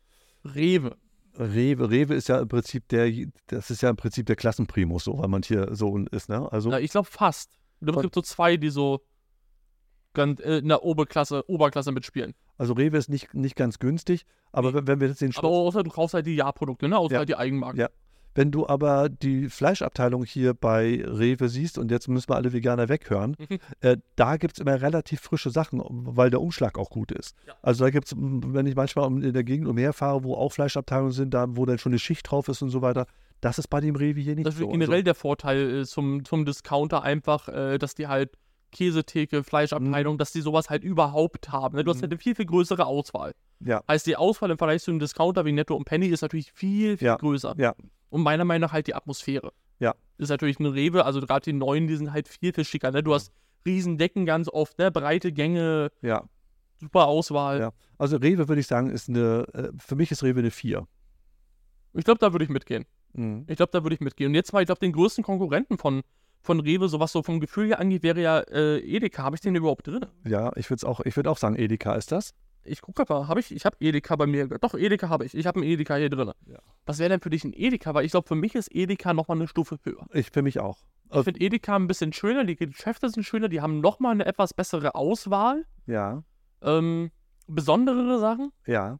Rewe ist ja im Prinzip der Klassenprimus, so, weil man hier so ist, ne? Also, Na, ich glaube fast. Es gibt so 2, die so ganz in der Oberklasse mitspielen. Also Rewe ist nicht ganz günstig, aber wenn wir jetzt den Aber außer du kaufst halt die Jahrprodukte, ne? Außer halt die Eigenmarken. Ja. Wenn du aber die Fleischabteilung hier bei Rewe siehst, und jetzt müssen wir alle Veganer weghören, da gibt es immer relativ frische Sachen, weil der Umschlag auch gut ist. Ja. Also da gibt es, wenn ich manchmal in der Gegend umherfahre, wo auch Fleischabteilungen sind, da wo dann schon eine Schicht drauf ist und so weiter, das ist bei dem Rewe hier nicht Das ist so. generell der Vorteil zum Discounter einfach, dass die halt Käsetheke, Fleischabteilung, dass die sowas halt überhaupt haben. Ne? Du hast halt eine viel, viel größere Auswahl. Ja, Heißt, die Auswahl im Vergleich zu einem Discounter wie Netto und Penny ist natürlich viel, viel größer. ja, Und meiner Meinung nach halt die Atmosphäre. Ja. Ist natürlich ein Rewe, also gerade die neuen, die sind halt viel, viel schicker. Ne? Du hast riesen Decken ganz oft, ne? Breite Gänge, ja, super Auswahl. ja. Also Rewe würde ich sagen, ist für mich ist Rewe eine 4. Ich glaube, da würde ich mitgehen. Mhm. Ich Und jetzt mal, ich glaube, den größten Konkurrenten von Rewe, so was so vom Gefühl her angeht, wäre ja Edeka. Habe ich den überhaupt drin? Ja, ich würde auch sagen, Edeka ist das. Ich gucke mal, ich habe Edeka bei mir. Doch, Edeka habe ich. Ich habe einen Edeka hier drin. Ja. Was wäre denn für dich ein Edeka? Weil ich glaube, für mich ist Edeka nochmal eine Stufe höher. Für mich auch. Ich finde Edeka ein bisschen schöner, die Geschäfte sind schöner, die haben nochmal eine etwas bessere Auswahl. Ja, Besondere Sachen. ja.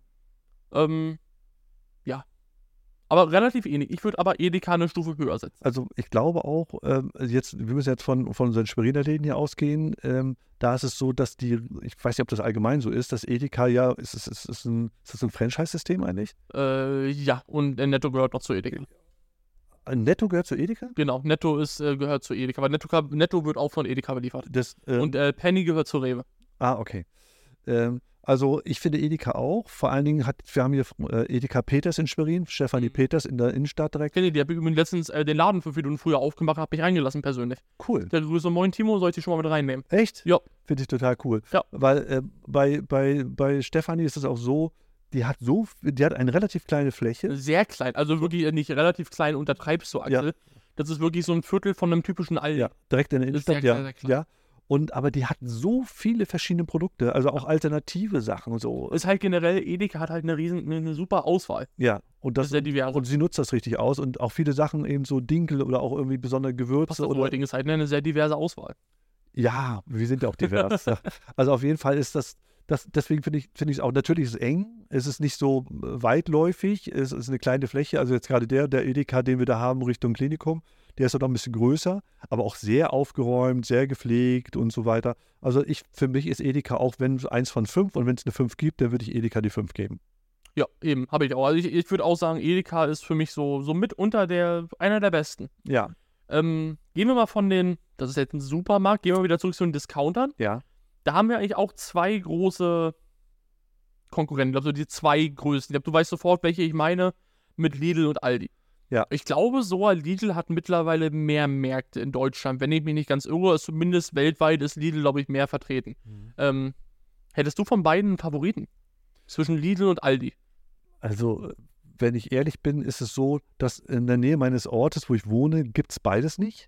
Ja. Aber relativ ähnlich. Ich würde aber Edeka eine Stufe höher setzen. Also ich glaube auch, wir müssen jetzt von unseren Schweriner Läden hier ausgehen, da ist es so, dass ich weiß nicht, ob das allgemein so ist, dass Edeka ja, ist das ein Franchise-System eigentlich? Ja, und Netto gehört noch zu Edeka. Netto gehört zu Edeka? Genau, Netto gehört zu Edeka, weil Netto wird auch von Edeka beliefert. Und Penny gehört zu Rewe. Okay. Also ich finde Edeka auch. Vor allen Dingen wir haben hier Edeka Peters in Schwerin, Stefanie Peters in der Innenstadt direkt. Die habe übrigens letztens den Laden 5 Minuten früher aufgemacht, habe mich reingelassen persönlich. Cool. Der Grüße, moin Timo, soll ich dich schon mal mit reinnehmen? Echt? Ja. Finde ich total cool. Ja. Weil bei Stefanie ist es auch so, die hat eine relativ kleine Fläche. Sehr klein, also wirklich nicht relativ klein, untertreibst du, Axel. Ja. Das ist wirklich so ein Viertel von einem typischen Aldi. Ja, direkt in der Innenstadt, sehr klein. Ja. Aber die hat so viele verschiedene Produkte, also auch alternative Sachen und so. Ist halt generell, Edeka hat halt eine super Auswahl. Ja, und sehr divers. Und sie nutzt das richtig aus und auch viele Sachen eben so Dinkel oder auch irgendwie besondere Gewürze. Passt oder heutigen Zeiten eine sehr diverse Auswahl. Ja, wir sind ja auch divers. Also auf jeden Fall ist deswegen finde ich es auch, natürlich ist es eng, es ist nicht so weitläufig, es ist eine kleine Fläche, also jetzt gerade der Edeka, den wir da haben Richtung Klinikum, der ist doch noch ein bisschen größer, aber auch sehr aufgeräumt, sehr gepflegt und so weiter. Also für mich ist Edeka auch, wenn es 1 von 5 und wenn es eine 5 gibt, dann würde ich Edeka die 5 geben. Ja, eben, habe ich auch. Also ich würde auch sagen, Edeka ist für mich so mitunter einer der besten. Ja. Gehen wir mal das ist jetzt ein Supermarkt, gehen wir wieder zurück zu den Discountern. Ja. Da haben wir eigentlich auch 2 große Konkurrenten, ich glaube so die 2 größten. Ich glaube, du weißt sofort, welche ich meine, mit Lidl und Aldi. Ja. Ich glaube, Lidl hat mittlerweile mehr Märkte in Deutschland. Wenn ich mich nicht ganz irre, ist zumindest weltweit ist Lidl, glaube ich, mehr vertreten. Hättest du von beiden einen Favoriten? Zwischen Lidl und Aldi? Also, wenn ich ehrlich bin, ist es so, dass in der Nähe meines Ortes, wo ich wohne, gibt es beides nicht.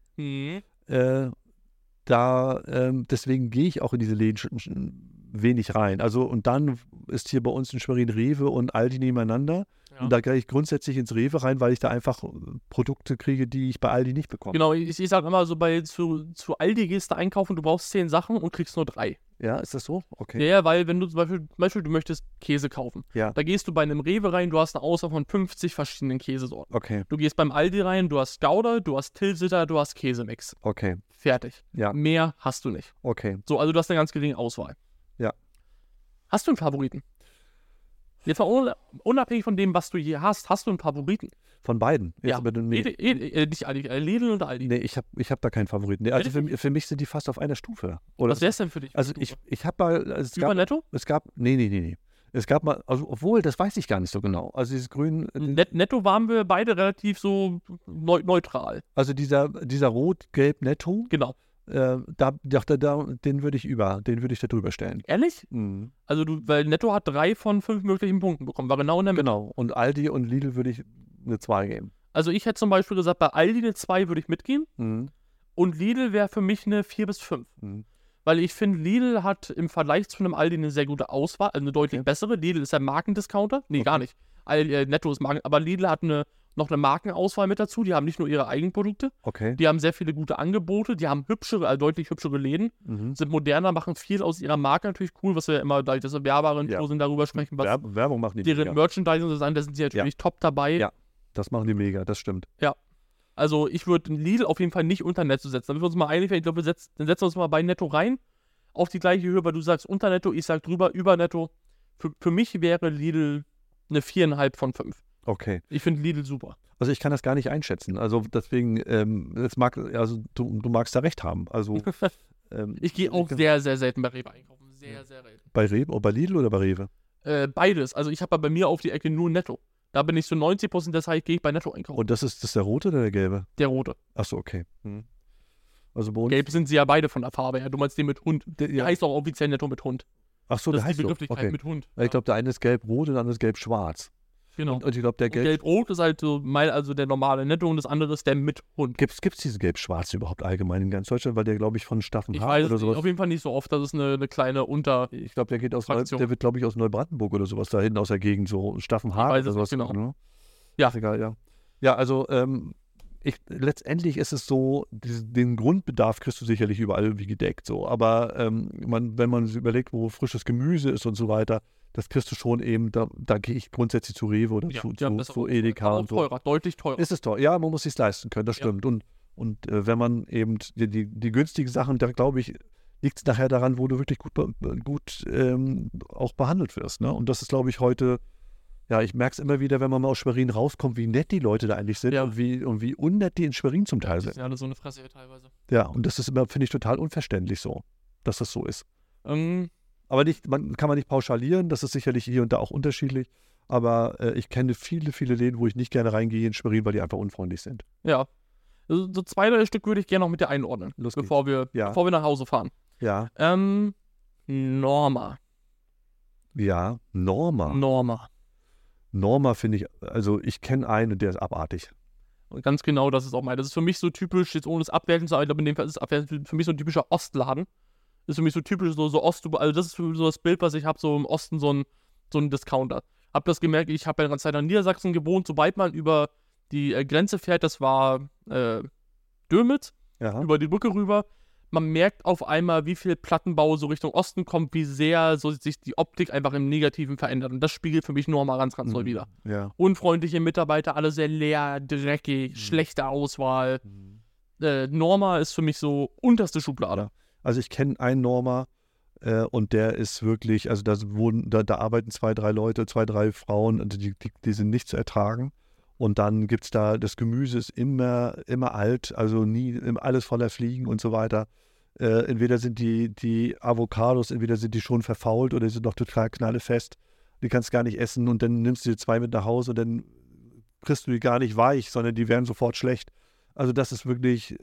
Deswegen gehe ich auch in diese Läden wenig rein. Also, und dann ist hier bei uns in Schwerin Rewe und Aldi nebeneinander. Ja. Und da gehe ich grundsätzlich ins Rewe rein, weil ich da einfach Produkte kriege, die ich bei Aldi nicht bekomme. Genau, ich sage immer so, zu Aldi gehst du einkaufen, du brauchst 10 Sachen und kriegst nur 3. Ja, ist das so? Okay. Ja, weil wenn du zum Beispiel du möchtest Käse kaufen, da gehst du bei einem Rewe rein, du hast eine Auswahl von 50 verschiedenen Käsesorten. Okay. Du gehst beim Aldi rein, du hast Gouda, du hast Tilsiter, du hast Käsemix. Okay. Fertig. Ja. Mehr hast du nicht. Okay. So, also du hast eine ganz geringe Auswahl. Ja. Hast du einen Favoriten? Jetzt mal unabhängig von dem, was du hier hast du einen Favoriten? Von beiden? Ja. Nicht Aldi, Lidl und Aldi. Nee, ich hab da keinen Favoriten. Nee, also für mich sind die fast auf einer Stufe. Oder was wäre es denn für dich? Also ich habe mal... Über Netto? Nee. Es gab mal, also obwohl, das weiß ich gar nicht so genau. Also dieses grün... Netto waren wir beide relativ so neutral. Also dieser rot-gelb Netto. Genau. Den würde ich da drüber stellen. Ehrlich? Mhm. Also weil Netto hat 3 von 5 möglichen Punkten bekommen, war genau in der Mitte. Genau, und Aldi und Lidl würde ich eine 2 geben. Also ich hätte zum Beispiel gesagt, bei Aldi eine 2 würde ich mitgehen und Lidl wäre für mich eine 4 bis 5. Weil ich finde, Lidl hat im Vergleich zu einem Aldi eine sehr gute Auswahl, also eine deutlich bessere. Lidl ist ein Markendiscounter. Nee, gar nicht. Netto ist aber Lidl hat noch eine Markenauswahl mit dazu. Die haben nicht nur ihre eigenen Produkte. Okay. Die haben sehr viele gute Angebote. Die haben deutlich hübschere Läden. Sind moderner, machen viel aus ihrer Marke natürlich cool, was wir ja immer, dadurch, dass wir Werbeagenturen darüber sprechen, was Werbung machen die. Deren Merchandising sein, da sind sie natürlich top dabei. Ja. Das machen die mega, das stimmt. Also ich würde Lidl auf jeden Fall nicht unter Netto setzen. Damit wir uns mal einig werden, ich glaube, dann setzen wir uns mal bei Netto rein, auf die gleiche Höhe, weil du sagst unter Netto, ich sag drüber, über Netto. Für mich wäre Lidl eine 4,5 von 5. Okay. Ich finde Lidl super. Also ich kann das gar nicht einschätzen. Also deswegen, du magst da recht haben. Also Ich gehe auch sehr, sehr selten bei Rewe einkaufen. Sehr, sehr selten. bei Rewe, bei Lidl oder bei Rewe? Beides. Also ich habe bei mir auf die Ecke nur Netto. Da bin ich so 90% der Zeit gehe ich bei Netto einkaufen. Und das ist der rote oder der gelbe? Der rote. Achso, okay. Also bei uns. Gelb sind sie ja beide von der Farbe her. Du meinst den mit Hund. Der heißt auch offiziell Netto mit Hund. Achso, Das der ist die heißt so. Begrifflichkeit Okay. mit Hund. Ich glaube, der eine ist gelb-rot und der andere ist gelb-schwarz. Genau. Und ich glaube, der Und Gelb-Rot ist halt so also der normale Netto und das andere ist der mit Hund. Gibt's diesen gelb-schwarz überhaupt allgemein in ganz Deutschland? Weil der, glaube ich, von Staffen Ich Hart weiß oder es nicht, sowas. auf jeden Fall nicht so oft. Das ist eine kleine Ich glaube, der Fraktion. wird, glaube ich, aus Neubrandenburg oder sowas da hinten aus der Gegend, so Staffen Hart weiß oder es sowas. nicht genau. Ne? Ja. Ist egal, ja. Ja, also letztendlich ist es so, den Grundbedarf kriegst du sicherlich überall irgendwie gedeckt. So. Aber wenn man sich überlegt, wo frisches Gemüse ist und so weiter, das kriegst du schon eben, da gehe ich grundsätzlich zu Rewe oder zu Edeka und so. Teurer, deutlich teurer. Ist es teuer? Ja, man muss es sich leisten können, das stimmt. Und wenn man eben die günstigen Sachen, da glaube ich, liegt es nachher daran, wo du wirklich gut auch behandelt wirst. Ne? Und das ist, glaube ich, heute, ja, ich merke es immer wieder, wenn man mal aus Schwerin rauskommt, wie nett die Leute da eigentlich sind und wie unnett die in Schwerin zum Teil Die sind. sind alle so eine Fresse hier teilweise. Ja, und das ist immer, finde ich, total unverständlich so, dass das so ist. Aber kann man nicht pauschalieren, das ist sicherlich hier und da auch unterschiedlich. Aber ich kenne viele, viele Läden, wo ich nicht gerne reingehe in Schwerin, weil die einfach unfreundlich sind. Ja. Also, so 2, 3 Stück würde ich gerne noch mit dir einordnen, bevor wir nach Hause fahren. Ja. Norma. Ja, Norma. Norma finde ich, also ich kenne einen und der ist abartig. Und ganz genau, das ist auch mein. Das ist für mich so typisch, jetzt ohne es abwerten zu sagen, ich glaube, in dem Fall ist es abwerten, für mich so ein typischer Ostladen. Ist für mich so typisch, so Ost, also das ist für mich so das Bild, was ich habe, so im Osten so ein Discounter. Hab das gemerkt, ich habe ja eine ganze Zeit in Niedersachsen gewohnt, sobald man über die Grenze fährt, das war Dömitz, über die Brücke rüber. Man merkt auf einmal, wie viel Plattenbau so Richtung Osten kommt, wie sehr so sich die Optik einfach im Negativen verändert. Und das spiegelt für mich Norma ganz, ganz doll wieder. Ja. Unfreundliche Mitarbeiter, alle sehr leer, dreckig, schlechte Auswahl. Norma ist für mich so unterste Schublade. Also ich kenne einen Norma und der ist wirklich, also da arbeiten 2, 3 Leute, 2, 3 Frauen, also die sind nicht zu ertragen. Und dann gibt es da, das Gemüse ist immer alt, also nie alles voller Fliegen und so weiter. Entweder sind die Avocados, entweder sind die schon verfault oder sind noch total knallefest. Die kannst du gar nicht essen und dann nimmst du dir 2 mit nach Hause und dann kriegst du die gar nicht weich, sondern die werden sofort schlecht. Also das ist wirklich,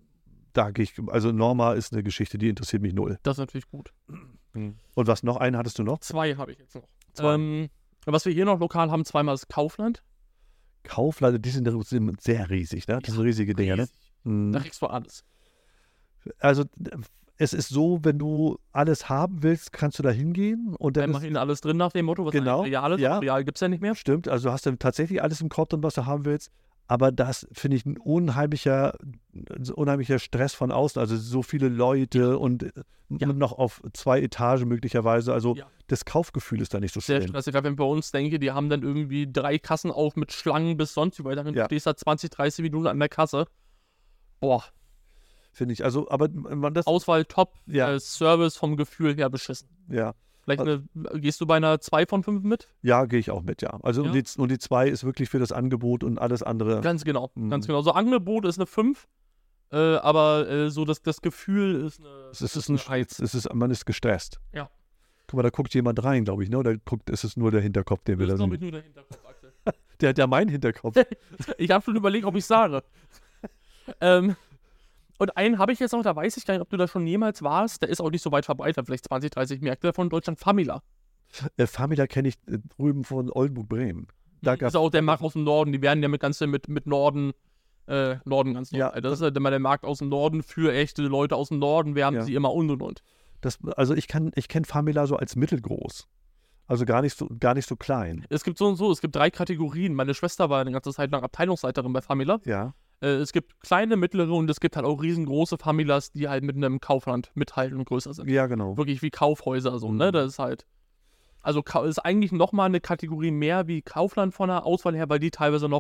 also Norma ist eine Geschichte, die interessiert mich null. Das ist natürlich gut. Und was noch? Einen hattest du noch? 2 habe ich jetzt noch. Was wir hier noch lokal haben, zweimal ist Kaufland. Kaufland, die sind sehr riesig, ne? Das sind riesige Dinger, ne? Da kriegst du alles. Also es ist so, wenn du alles haben willst, kannst du da hingehen und dann immerhin alles drin nach dem Motto, was genau, real ist. Ja. Real gibt es ja nicht mehr. Stimmt, also du hast dann tatsächlich alles im Korb drin, was du haben willst. Aber das finde ich ein unheimlicher Stress von außen. Also so viele Leute und noch auf 2 Etagen möglicherweise. Also das Kaufgefühl ist da nicht so schön. Sehr stressig. Wenn ich bei uns denke, die haben dann irgendwie 3 Kassen auf mit Schlangen bis sonst wie weiter. Du stehst da 20, 30 Minuten an der Kasse. Boah. Finde ich. Also, aber das. Auswahl top, Service vom Gefühl her beschissen. Ja. Vielleicht gehst du bei einer 2 von 5 mit? Ja, gehe ich auch mit, ja. Also und die 2 ist wirklich für das Angebot und alles andere. Ganz genau, ganz genau. So Angebot ist eine 5, aber so das Gefühl ist eine. Es ist ein Reiz. Man ist gestresst. Ja. Guck mal, da guckt jemand rein, glaube ich, ne? Oder ist es nur der Hinterkopf, den wir da sehen? Das ist, glaube ich, nur der Hinterkopf, Axel. der mein Hinterkopf. Ich habe schon überlegt, ob ich sage. Und einen habe ich jetzt noch, da weiß ich gar nicht, ob du da schon jemals warst. Der ist auch nicht so weit verbreitet, vielleicht 20, 30 Märkte von Deutschland. Famila. Famila kenne ich drüben von Oldenburg-Bremen. Das ist auch der Markt aus dem Norden. Die werden ja mit Norden ganz normal. Ja, das ist ja immer der Markt aus dem Norden für echte Leute aus dem Norden. Wir haben sie immer und. Also ich kenne Famila so als mittelgroß. Also gar nicht so klein. Es gibt so und so, es gibt 3 Kategorien. Meine Schwester war eine ganze Zeit lang Abteilungsleiterin bei Famila. Ja. Es gibt kleine, mittlere und es gibt halt auch riesengroße Familas, die halt mit einem Kaufland mithalten und größer sind. Ja, genau. Wirklich wie Kaufhäuser so, ne? Das ist halt, also ist eigentlich nochmal eine Kategorie mehr wie Kaufland von der Auswahl her, weil die teilweise noch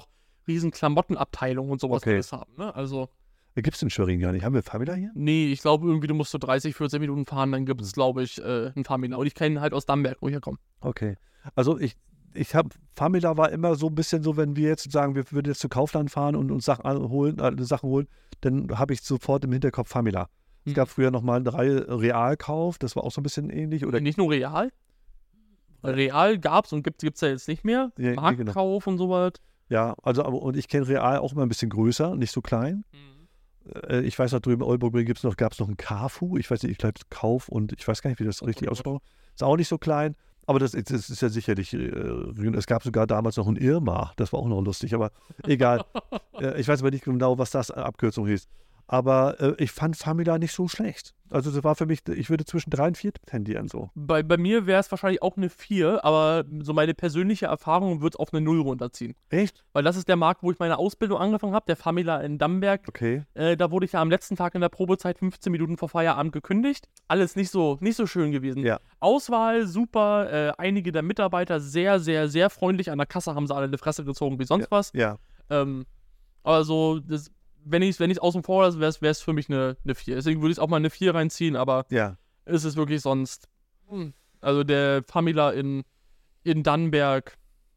riesen Klamottenabteilung und sowas Okay. alles haben. Ne? Also, Gibt es in Schwerin gar nicht. Haben wir Famila hier? nee, ich glaube irgendwie, du musst so 30, 14 Minuten fahren, dann gibt es, glaube ich, ein Famila. Und ich kenne halt aus Damberg, wo ich herkomme. Okay. Also ich habe, Famila war immer so ein bisschen so, wenn wir jetzt sagen, wir würden jetzt zu Kaufland fahren und uns Sachen holen, dann habe ich sofort im Hinterkopf Famila. Es gab früher noch mal eine Reihe Realkauf, das war auch so ein bisschen ähnlich. Oder Nicht nur Real. Real gab es und gibt es ja jetzt nicht mehr. Ja, Marktkauf und sowas. ja, also und ich kenne Real auch immer ein bisschen größer, nicht so klein. Ich weiß noch, drüben in Oldenburg gab es noch einen Carfu, ich weiß nicht, ich glaube Kauf und ich weiß gar nicht, wie das richtig ausspricht. Ist auch nicht so klein, aber das ist ja sicherlich, es gab sogar damals noch einen Irma, das war auch noch lustig, aber egal. Ich weiß aber nicht genau, was das Abkürzung hieß. Aber ich fand Famila nicht so schlecht. Also das war für mich, ich würde zwischen 3 und 4 tendieren so. Bei mir wäre es wahrscheinlich auch eine 4, aber so meine persönliche Erfahrung wird es auf eine 0 runterziehen. Echt? Weil das ist der Markt, wo ich meine Ausbildung angefangen habe, der Famila in Damberg. Okay. Da wurde ich ja am letzten Tag in der Probezeit 15 Minuten vor Feierabend gekündigt. Alles nicht so schön gewesen. Ja. Auswahl super, einige der Mitarbeiter sehr, sehr, sehr freundlich. An der Kasse haben sie alle eine Fresse gezogen wie sonst was. Ja. Aber so, wenn ich es außen vor lasse, wäre es für mich eine 4. Deswegen würde ich es auch mal eine 4 reinziehen, aber Ja. ist es wirklich sonst. Also der Famila in Dannenberg.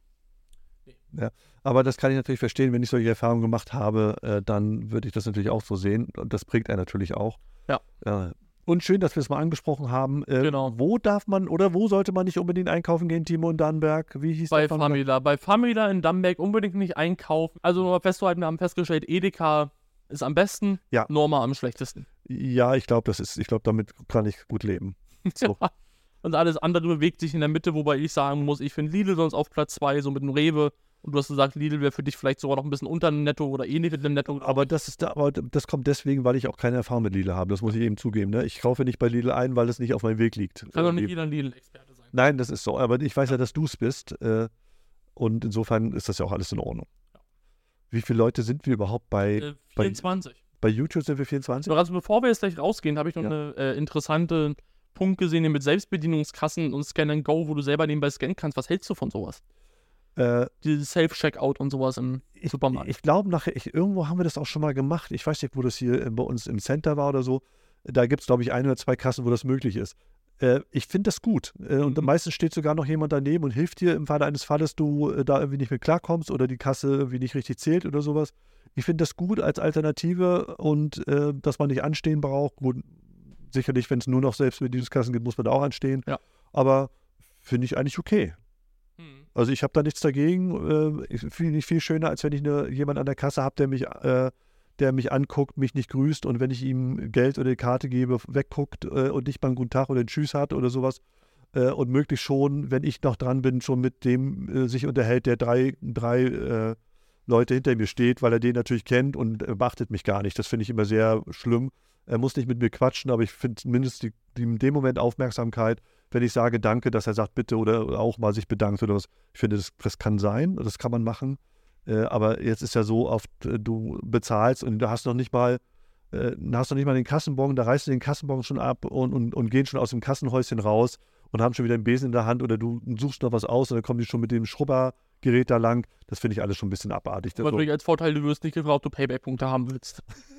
Aber das kann ich natürlich verstehen, wenn ich solche Erfahrungen gemacht habe, dann würde ich das natürlich auch so sehen. Und das prägt er natürlich auch. Ja. Und schön, dass wir es mal angesprochen haben. Genau. Wo darf man oder wo sollte man nicht unbedingt einkaufen gehen, Timo in Dannenberg? Wie hieß Bei der Famila. Bei Famila in Dannenberg unbedingt nicht einkaufen. Also nur mal festzuhalten, wir haben festgestellt, Edeka ist am besten, Ja. Norma am schlechtesten. Ja, ich glaube, damit kann ich gut leben. So. Und alles andere bewegt sich in der Mitte, wobei ich sagen muss, ich finde Lidl sonst auf Platz 2, so mit dem Rewe. Und du hast gesagt, Lidl wäre für dich vielleicht sogar noch ein bisschen unter dem Netto oder ähnlich mit dem Netto. Aber das kommt deswegen, weil ich auch keine Erfahrung mit Lidl habe. Das muss ich eben zugeben. Ne? Ich kaufe nicht bei Lidl ein, weil es nicht auf meinem Weg liegt. Kann doch nicht jeder ein Lidl-Experte sein. Nein, das ist so. Aber ich weiß ja, dass du es bist. Und insofern ist das ja auch alles in Ordnung. Ja. Wie viele Leute sind wir überhaupt bei 24. Bei YouTube sind wir 24? Also bevor wir jetzt gleich rausgehen, habe ich noch Ja. eine interessante Punkt gesehen hier mit Selbstbedienungskassen und Scan and Go, wo du selber nebenbei scannen kannst. Was hältst du von sowas? Dieses Self-Checkout und sowas im Supermarkt. Ich glaube, irgendwo haben wir das auch schon mal gemacht. Ich weiß nicht, wo das hier bei uns im Center war oder so. Da gibt es, glaube ich, 1 oder 2 Kassen, wo das möglich ist. Ich finde das gut. Und meistens steht sogar noch jemand daneben und hilft dir im Falle eines Falles, du da irgendwie nicht mehr klarkommst oder die Kasse irgendwie nicht richtig zählt oder sowas. Ich finde das gut als Alternative und dass man nicht anstehen braucht. Gut, sicherlich, wenn es nur noch Selbstbedienungskassen gibt, muss man da auch anstehen. Ja. Aber finde ich eigentlich okay. Also ich habe da nichts dagegen. Finde ich viel schöner, als wenn ich jemanden an der Kasse habe, der mich anguckt, mich nicht grüßt und wenn ich ihm Geld oder eine Karte gebe, wegguckt und nicht mal einen guten Tag oder einen Tschüss hat oder sowas. Und möglichst schon, wenn ich noch dran bin, schon mit dem sich unterhält, der drei Leute hinter mir steht, weil er den natürlich kennt und beachtet mich gar nicht. Das finde ich immer sehr schlimm. Er muss nicht mit mir quatschen, aber ich finde zumindest in dem Moment Aufmerksamkeit, wenn ich sage Danke, dass er sagt Bitte oder auch mal sich bedankt oder was. Ich finde, das kann sein, das kann man machen. Aber jetzt ist ja so oft, du bezahlst und du hast noch nicht mal den Kassenbon, da reißt du den Kassenbon schon ab und gehen schon aus dem Kassenhäuschen raus und haben schon wieder einen Besen in der Hand oder du suchst noch was aus und dann kommen die schon mit dem Schrubbergerät da lang. Das finde ich alles schon ein bisschen abartig. Aber natürlich als Vorteil, du wirst nicht gefragt, ob du Payback-Punkte haben willst.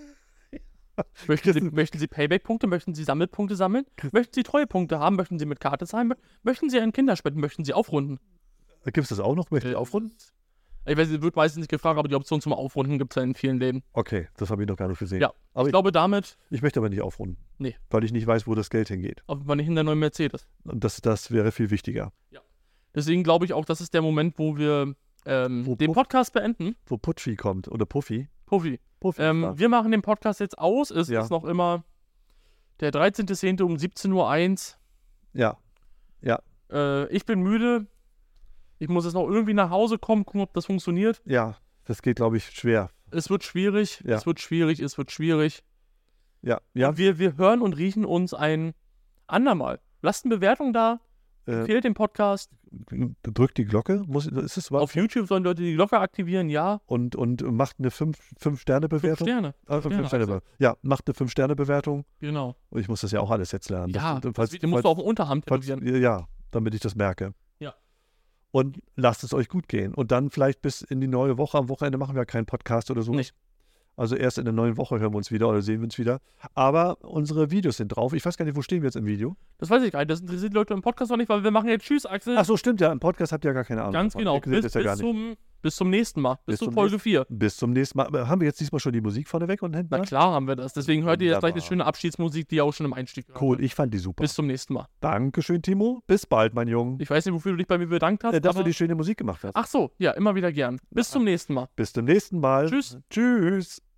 Möchten Sie Payback-Punkte? Möchten Sie Sammelpunkte sammeln? Möchten Sie Treuepunkte haben? Möchten Sie mit Karte zahlen? Möchten Sie einen Kinderspenden? Möchten Sie aufrunden? Gibt es das auch noch? Möchten Sie aufrunden? Ich weiß, wird meistens nicht gefragt, aber die Option zum Aufrunden gibt es ja in vielen Läden. Okay, das habe ich noch gar nicht gesehen. Ja, aber ich glaube damit... Ich möchte aber nicht aufrunden. Nee. Weil ich nicht weiß, wo das Geld hingeht. Aber nicht in der neuen Mercedes. Und das wäre viel wichtiger. Ja. Deswegen glaube ich auch, das ist der Moment, wo wir den Podcast beenden. Wo Putschi kommt oder Puffy. Puffy. Wir machen den Podcast jetzt aus. Es ist noch immer der 13.10. um 17.01 Uhr. Ja. Ich bin müde. Ich muss jetzt noch irgendwie nach Hause kommen, gucken, ob das funktioniert. Ja, das geht, glaube ich, schwer. Es wird schwierig. Ja. Es wird schwierig. Ja. Und wir hören und riechen uns ein andermal. Lasst eine Bewertung da. Empfehlt den Podcast. Drückt die Glocke. Ist es was? Auf YouTube sollen Leute die Glocke aktivieren, ja. Und macht eine 5-Sterne-Bewertung. 5 Sterne. 5 Sterne. Ja, macht eine 5-Sterne-Bewertung. Genau. Und ich muss das ja auch alles jetzt lernen. Ja, den musst du auf dem Unterarm tätowieren. Ja, damit ich das merke. Ja. und lasst es euch gut gehen. Und dann vielleicht bis in die neue Woche. Am Wochenende machen wir keinen Podcast oder so. Nicht. Also erst in der neuen Woche hören wir uns wieder oder sehen wir uns wieder. Aber unsere Videos sind drauf. Ich weiß gar nicht, wo stehen wir jetzt im Video? Das weiß ich gar nicht. Das interessiert die Leute im Podcast noch nicht, weil wir machen jetzt Tschüss, Axel. Ach so, stimmt ja. Im Podcast habt ihr ja gar keine Ahnung. Ganz davon. genau. Ihr seht das ja gar nicht. Bis zum nächsten Mal. Bis zu zum Folge 4. Bis zum nächsten Mal. Aber haben wir jetzt diesmal schon die Musik vorneweg und hinten? Na klar haben wir das. Deswegen hört ihr jetzt gleich eine Wunderbar. schöne Abschiedsmusik, die ihr auch schon im Einstieg hört. Cool, ich fand die super. Bis zum nächsten Mal. Dankeschön, Timo. Bis bald, mein Junge. Ich weiß nicht, wofür du dich bei mir bedankt hast. Dass du aber... die schöne Musik gemacht hast. Ach so, ja, immer wieder gern. Bis zum nächsten Mal. Bis zum nächsten Mal. Tschüss. Tschüss.